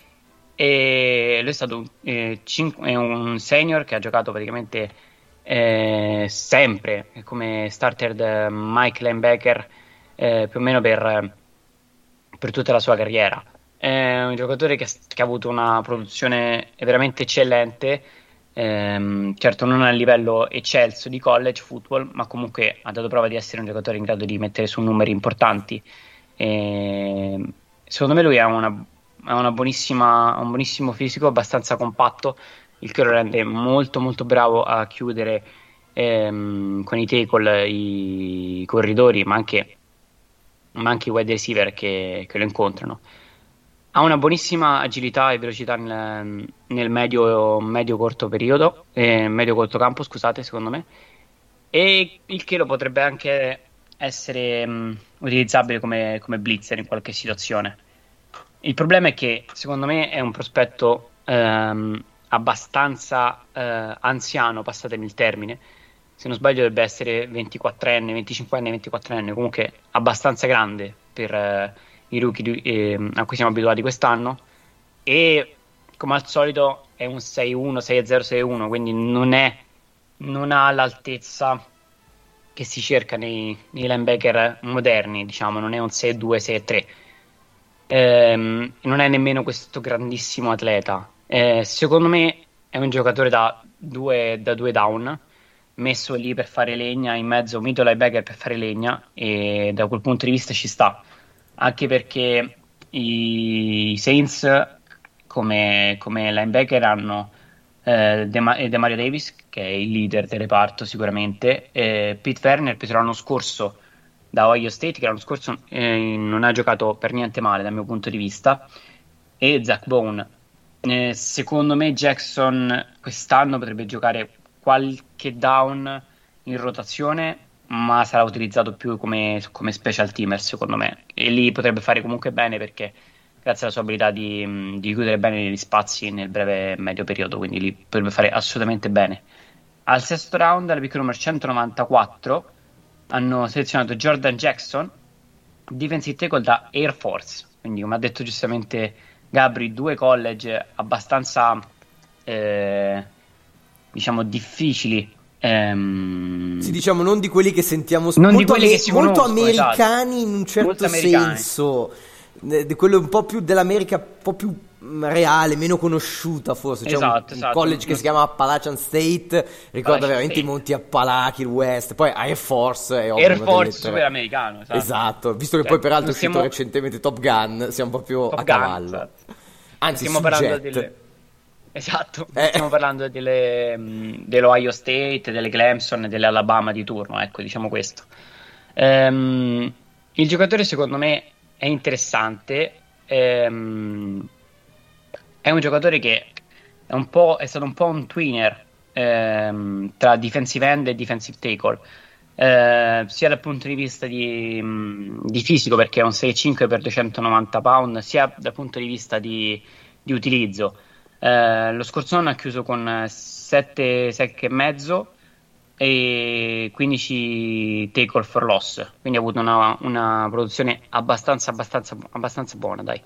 E lui è stato un, eh, cin- è un senior che ha giocato praticamente eh, sempre come starter da Mike linebacker eh, più o meno per, per tutta la sua carriera. È un giocatore che, che ha avuto una produzione veramente eccellente. Ehm, certo non a livello eccelso di college football, ma comunque ha dato prova di essere un giocatore in grado di mettere su numeri importanti. Ehm, secondo me lui ha una, ha una buonissima, ha un buonissimo fisico, abbastanza compatto, il che lo rende molto molto bravo a chiudere ehm, con i tackle i corridori, ma anche, ma anche i wide receiver che, che lo incontrano. Ha una buonissima agilità e velocità nel, nel medio, medio-corto periodo, eh, medio-corto campo, scusate, secondo me, e il che lo potrebbe anche essere mh, utilizzabile come, come blitzer in qualche situazione. Il problema è che, secondo me, è un prospetto ehm, abbastanza eh, anziano, passatemi il termine. Se non sbaglio dovrebbe essere ventiquattrenne, venticinquenne, ventiquattrenne, comunque abbastanza grande per... Eh, i rookie di, eh, a cui siamo abituati quest'anno, e come al solito è un sei uno, sei zero, sei uno, quindi non è non ha l'altezza che si cerca nei, nei linebacker moderni, diciamo, non è un sei due, sei tre, ehm, non è nemmeno questo grandissimo atleta. Eh, secondo me è un giocatore da due, da due down, messo lì per fare legna, in mezzo middle linebacker per fare legna, e da quel punto di vista ci sta. Anche perché i Saints come, come linebacker hanno eh, De- Demario Davis, che è il leader del reparto sicuramente, eh, Pete Werner preso l'anno scorso da Ohio State, che l'anno scorso eh, non ha giocato per niente male dal mio punto di vista, e Zach Bone. Eh, secondo me Jackson quest'anno potrebbe giocare qualche down in rotazione, ma sarà utilizzato più come, come special teamer secondo me, e lì potrebbe fare comunque bene perché grazie alla sua abilità di, di chiudere bene gli spazi nel breve e medio periodo, quindi lì potrebbe fare assolutamente bene. Al sesto round, alla pick numero centonovantaquattro, hanno selezionato Jordan Jackson, defensive tackle da Air Force, quindi come ha detto giustamente Gabri, due college abbastanza eh, diciamo difficili. Ehm... Sì, diciamo non di quelli che sentiamo non molto, di quelli ame- che si molto conoscono, americani, esatto. in un certo Molto americani. senso, eh, di quello un po' più dell'America, un po' più mm, reale, meno conosciuta forse. C'è Esatto, un, un esatto. college che si chiama Appalachian State, ricorda Appalachian veramente State. i Monti Appalachi, il West, poi Air Force è ovvio, Air una delle Force tre. super americano, esatto. Esatto, visto che Cioè, poi peraltro è non uscito stiamo- recentemente Top Gun, siamo proprio Top a Gun, cavallo. esatto. Anzi, Stiamo su parlando jet. delle... Esatto, Eh. stiamo parlando delle, mh, dell'Ohio State, delle Clemson e delle Alabama di turno, ecco, diciamo questo. Ehm, il giocatore secondo me è interessante, ehm, è un giocatore che è, un po', è stato un po' un tweener ehm, tra defensive end e defensive tackle, eh, sia dal punto di vista di, mh, di fisico, perché è un sei cinque per duecentonovanta pound, sia dal punto di vista di, di utilizzo. Eh, lo scorso anno ha chiuso con sette sec e mezzo e quindici tackle for loss, quindi ha avuto una, una produzione abbastanza, abbastanza, abbastanza buona, dai.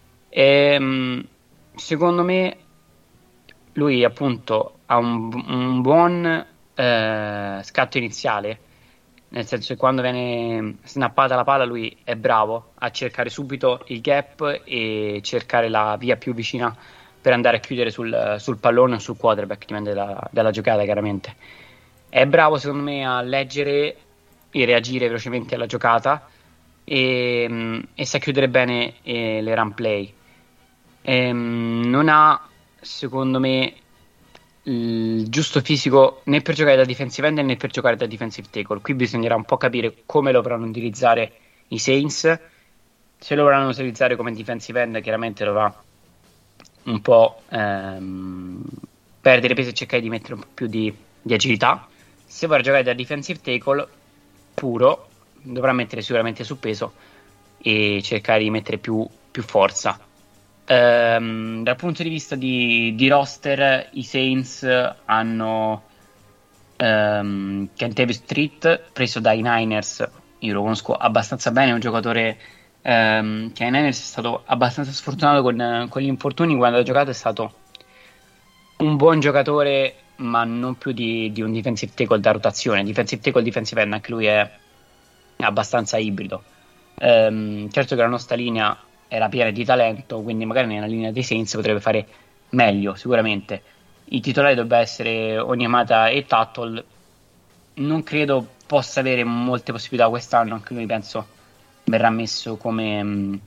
Ehm, secondo me lui appunto ha un, un buon eh, scatto iniziale, nel senso che quando viene snappata la palla lui è bravo a cercare subito il gap e cercare la via più vicina per andare a chiudere sul, sul pallone o sul quarterback, dipende dalla, dalla giocata chiaramente. È bravo secondo me a leggere e reagire velocemente alla giocata, e, e sa chiudere bene eh, le run play. ehm, non ha, secondo me, il giusto fisico né per giocare da defensive end né per giocare da defensive tackle. Qui bisognerà un po' capire come lo vorranno utilizzare i Saints. Se lo vorranno utilizzare come defensive end, chiaramente dovrà un po' ehm, perdere peso e cercare di mettere un po' più di, di agilità. Se vorrà giocare da defensive tackle puro, dovrà mettere sicuramente su peso e cercare di mettere più, più forza. Um, dal punto di vista di, di roster, i Saints hanno um, Kentavious Street, preso dai Niners. Io lo conosco abbastanza bene, è un giocatore um, che ai Niners è stato abbastanza sfortunato con, con gli infortuni. Quando ha giocato è stato un buon giocatore, ma non più di, di un defensive tackle da rotazione. Defensive tackle, defensive end, anche lui è abbastanza ibrido. Um, certo che la nostra linea era piena di talento, quindi magari nella linea dei Saints potrebbe fare meglio sicuramente. I titolari dovrebbero essere Onyemata e Tuttle. Non credo possa avere molte possibilità quest'anno, anche lui penso verrà messo come mh,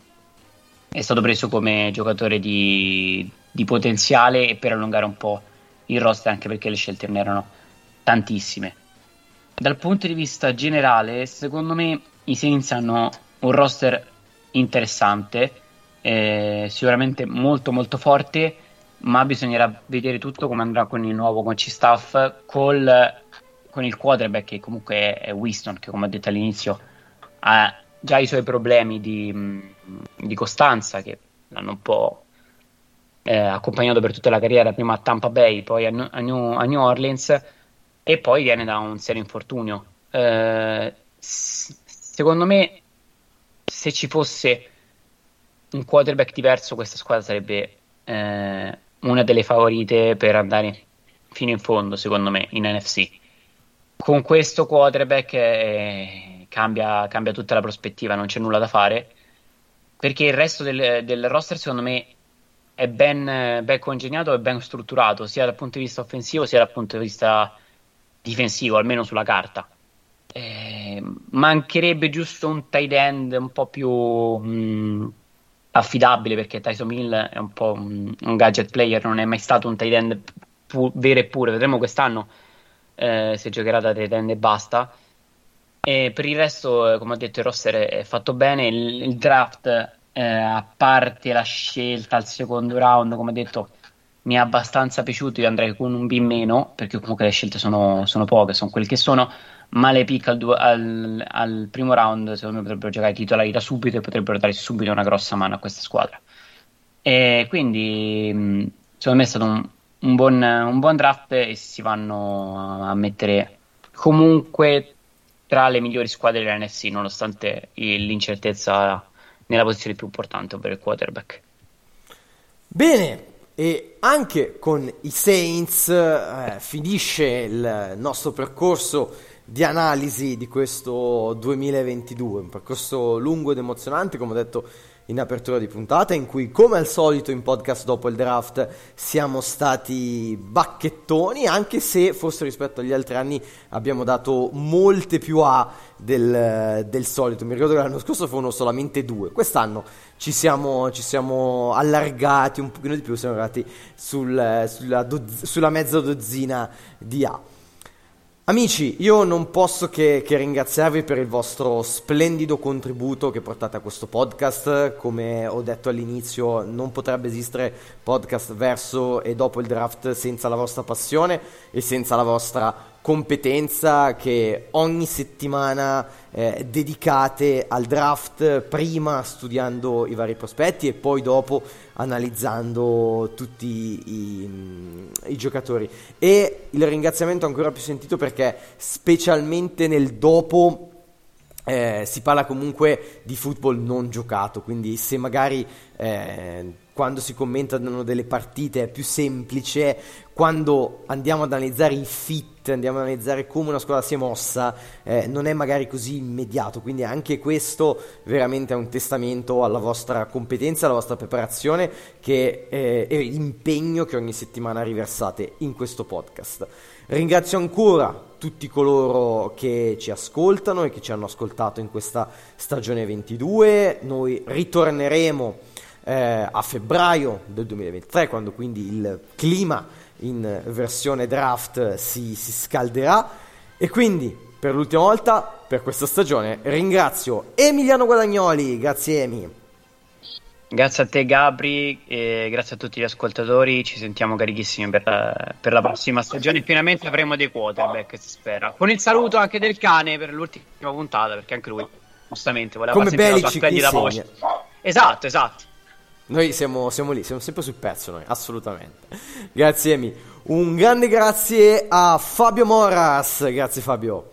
è stato preso come giocatore di, di potenziale e per allungare un po' il roster, anche perché le scelte non erano tantissime. Dal punto di vista generale, secondo me i Saints hanno un roster interessante, eh, sicuramente molto molto forte, ma bisognerà vedere tutto come andrà con il nuovo coaching staff, col, con il quarterback che comunque è Winston, che come ho detto all'inizio ha già i suoi problemi di, di costanza, che l'hanno un po' eh, accompagnato per tutta la carriera, prima a Tampa Bay, poi a, a, New, a New Orleans, e poi viene da un serio infortunio. Eh, s- secondo me, se ci fosse un quarterback diverso, questa squadra sarebbe eh, una delle favorite per andare fino in fondo, secondo me, in N F C. Con questo quarterback eh, cambia, cambia tutta la prospettiva, non c'è nulla da fare, perché il resto del, del roster, secondo me, è ben, ben congegnato e ben strutturato, sia dal punto di vista offensivo sia dal punto di vista difensivo, almeno sulla carta. Eh, mancherebbe giusto un tight end un po' più mh, affidabile, perché Tyson Hill è un po' un, un gadget player, non è mai stato un tight end pu- vero e puro. Vedremo quest'anno eh, se giocherà da tight end e basta. E per il resto, eh, come ho detto, il roster è fatto bene. Il, il draft, eh, a parte la scelta al secondo round, come ho detto, mi è abbastanza piaciuto. Io andrei con un B in meno, perché comunque le scelte sono, sono poche, sono quelle che sono, ma le pick al, du- al, al primo round secondo me potrebbero giocare titolari da subito e potrebbero dare subito una grossa mano a questa squadra. E quindi mh, secondo me è stato un, un, buon, un buon draft, e si vanno a mettere comunque tra le migliori squadre dell'N F C, nonostante l'incertezza nella posizione più importante, ovvero il quarterback. Bene, e anche con i Saints eh, finisce il nostro percorso di analisi di questo duemilaventidue, un percorso lungo ed emozionante, come ho detto in apertura di puntata, in cui, come al solito in podcast dopo il draft, siamo stati bacchettoni, anche se forse rispetto agli altri anni abbiamo dato molte più A del, del solito. Mi ricordo che l'anno scorso furono solamente due, quest'anno ci siamo, ci siamo allargati un pochino di più, siamo arrivati sul, sulla, doz- sulla mezza dozzina di A. Amici, io non posso che, che ringraziarvi per il vostro splendido contributo che portate a questo podcast. Come ho detto all'inizio, non potrebbe esistere podcast verso e dopo il draft senza la vostra passione e senza la vostra competenza che ogni settimana eh, dedicate al draft, prima studiando i vari prospetti e poi dopo analizzando tutti i, i, i giocatori. E il ringraziamento ancora più sentito perché specialmente nel dopo eh, si parla comunque di football non giocato, quindi se magari eh, quando si commentano delle partite è più semplice, quando andiamo ad analizzare i fit, andiamo ad analizzare come una squadra si è mossa, eh, non è magari così immediato, quindi anche questo veramente è un testamento alla vostra competenza, alla vostra preparazione che, eh, e l'impegno che ogni settimana riversate in questo podcast. Ringrazio ancora tutti coloro che ci ascoltano e che ci hanno ascoltato in questa stagione ventidue. Noi ritorneremo eh, a febbraio del duemilaventitré, quando quindi il clima in versione draft si, si scalderà. E quindi per l'ultima volta per questa stagione ringrazio Emiliano Guadagnoli. Grazie Emi. Grazie a te Gabri e grazie a tutti gli ascoltatori, ci sentiamo carichissimi per la, per la prossima stagione, finalmente avremo dei quarterback, si spera, con il saluto anche del cane per l'ultima puntata, perché anche lui giustamente voleva come sentire la sua Belichick splendida voce. Esatto, esatto. Noi siamo, siamo lì, siamo sempre sul pezzo noi, assolutamente. Grazie Emi. Un grande grazie a Fabio Moras. Grazie Fabio.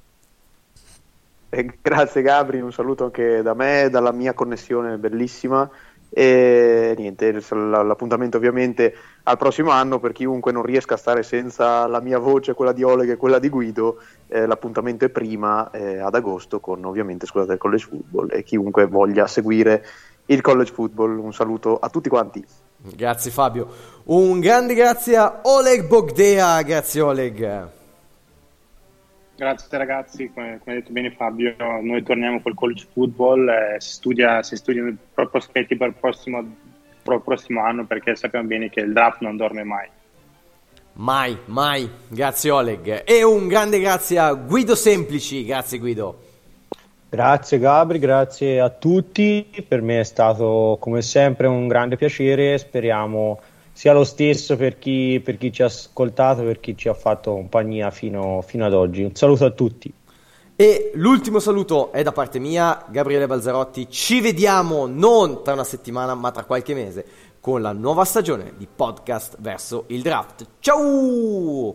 Eh, grazie Gabri, un saluto anche da me, dalla mia connessione bellissima. E niente, l'appuntamento ovviamente al prossimo anno per chiunque non riesca a stare senza la mia voce, quella di Oleg e quella di Guido. Eh, l'appuntamento è prima, eh, ad agosto, con ovviamente scusate il college football, e chiunque voglia seguire il college football. Un saluto a tutti quanti. Grazie Fabio. Un grande grazie a Oleg Bogdea. Grazie Oleg. Grazie ragazzi, come, come ha detto bene Fabio, noi torniamo col college football, eh, si studia, si studiano i prospetti per il prossimo, per il prossimo anno, perché sappiamo bene che il draft non dorme mai. Mai, mai. Grazie Oleg. E un grande grazie a Guido Semplici. Grazie Guido. Grazie Gabri, grazie a tutti, per me è stato come sempre un grande piacere, speriamo sia lo stesso per chi, per chi ci ha ascoltato, per chi ci ha fatto compagnia fino, fino ad oggi. Un saluto a tutti. E l'ultimo saluto è da parte mia, Gabriele Balzarotti. Ci vediamo non tra una settimana ma tra qualche mese con la nuova stagione di Podcast verso il Draft. Ciao!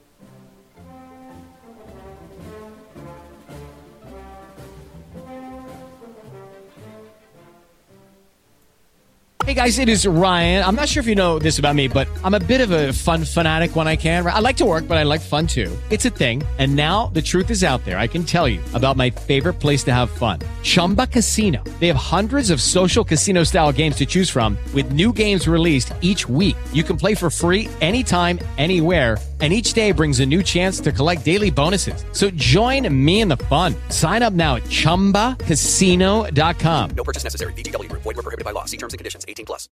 Hey guys, it is Ryan. I'm not sure if you know this about me, but I'm a bit of a fun fanatic when I can. I like to work, but I like fun too. It's a thing. And now the truth is out there. I can tell you about my favorite place to have fun. Chumba Casino. They have hundreds of social casino style games to choose from with new games released each week. You can play for free anytime, anywhere. And each day brings a new chance to collect daily bonuses. So join me in the fun. Sign up now at chumba casino dot com. No purchase necessary. V G W Group. Void where prohibited by law. See terms and conditions. eighteen plus.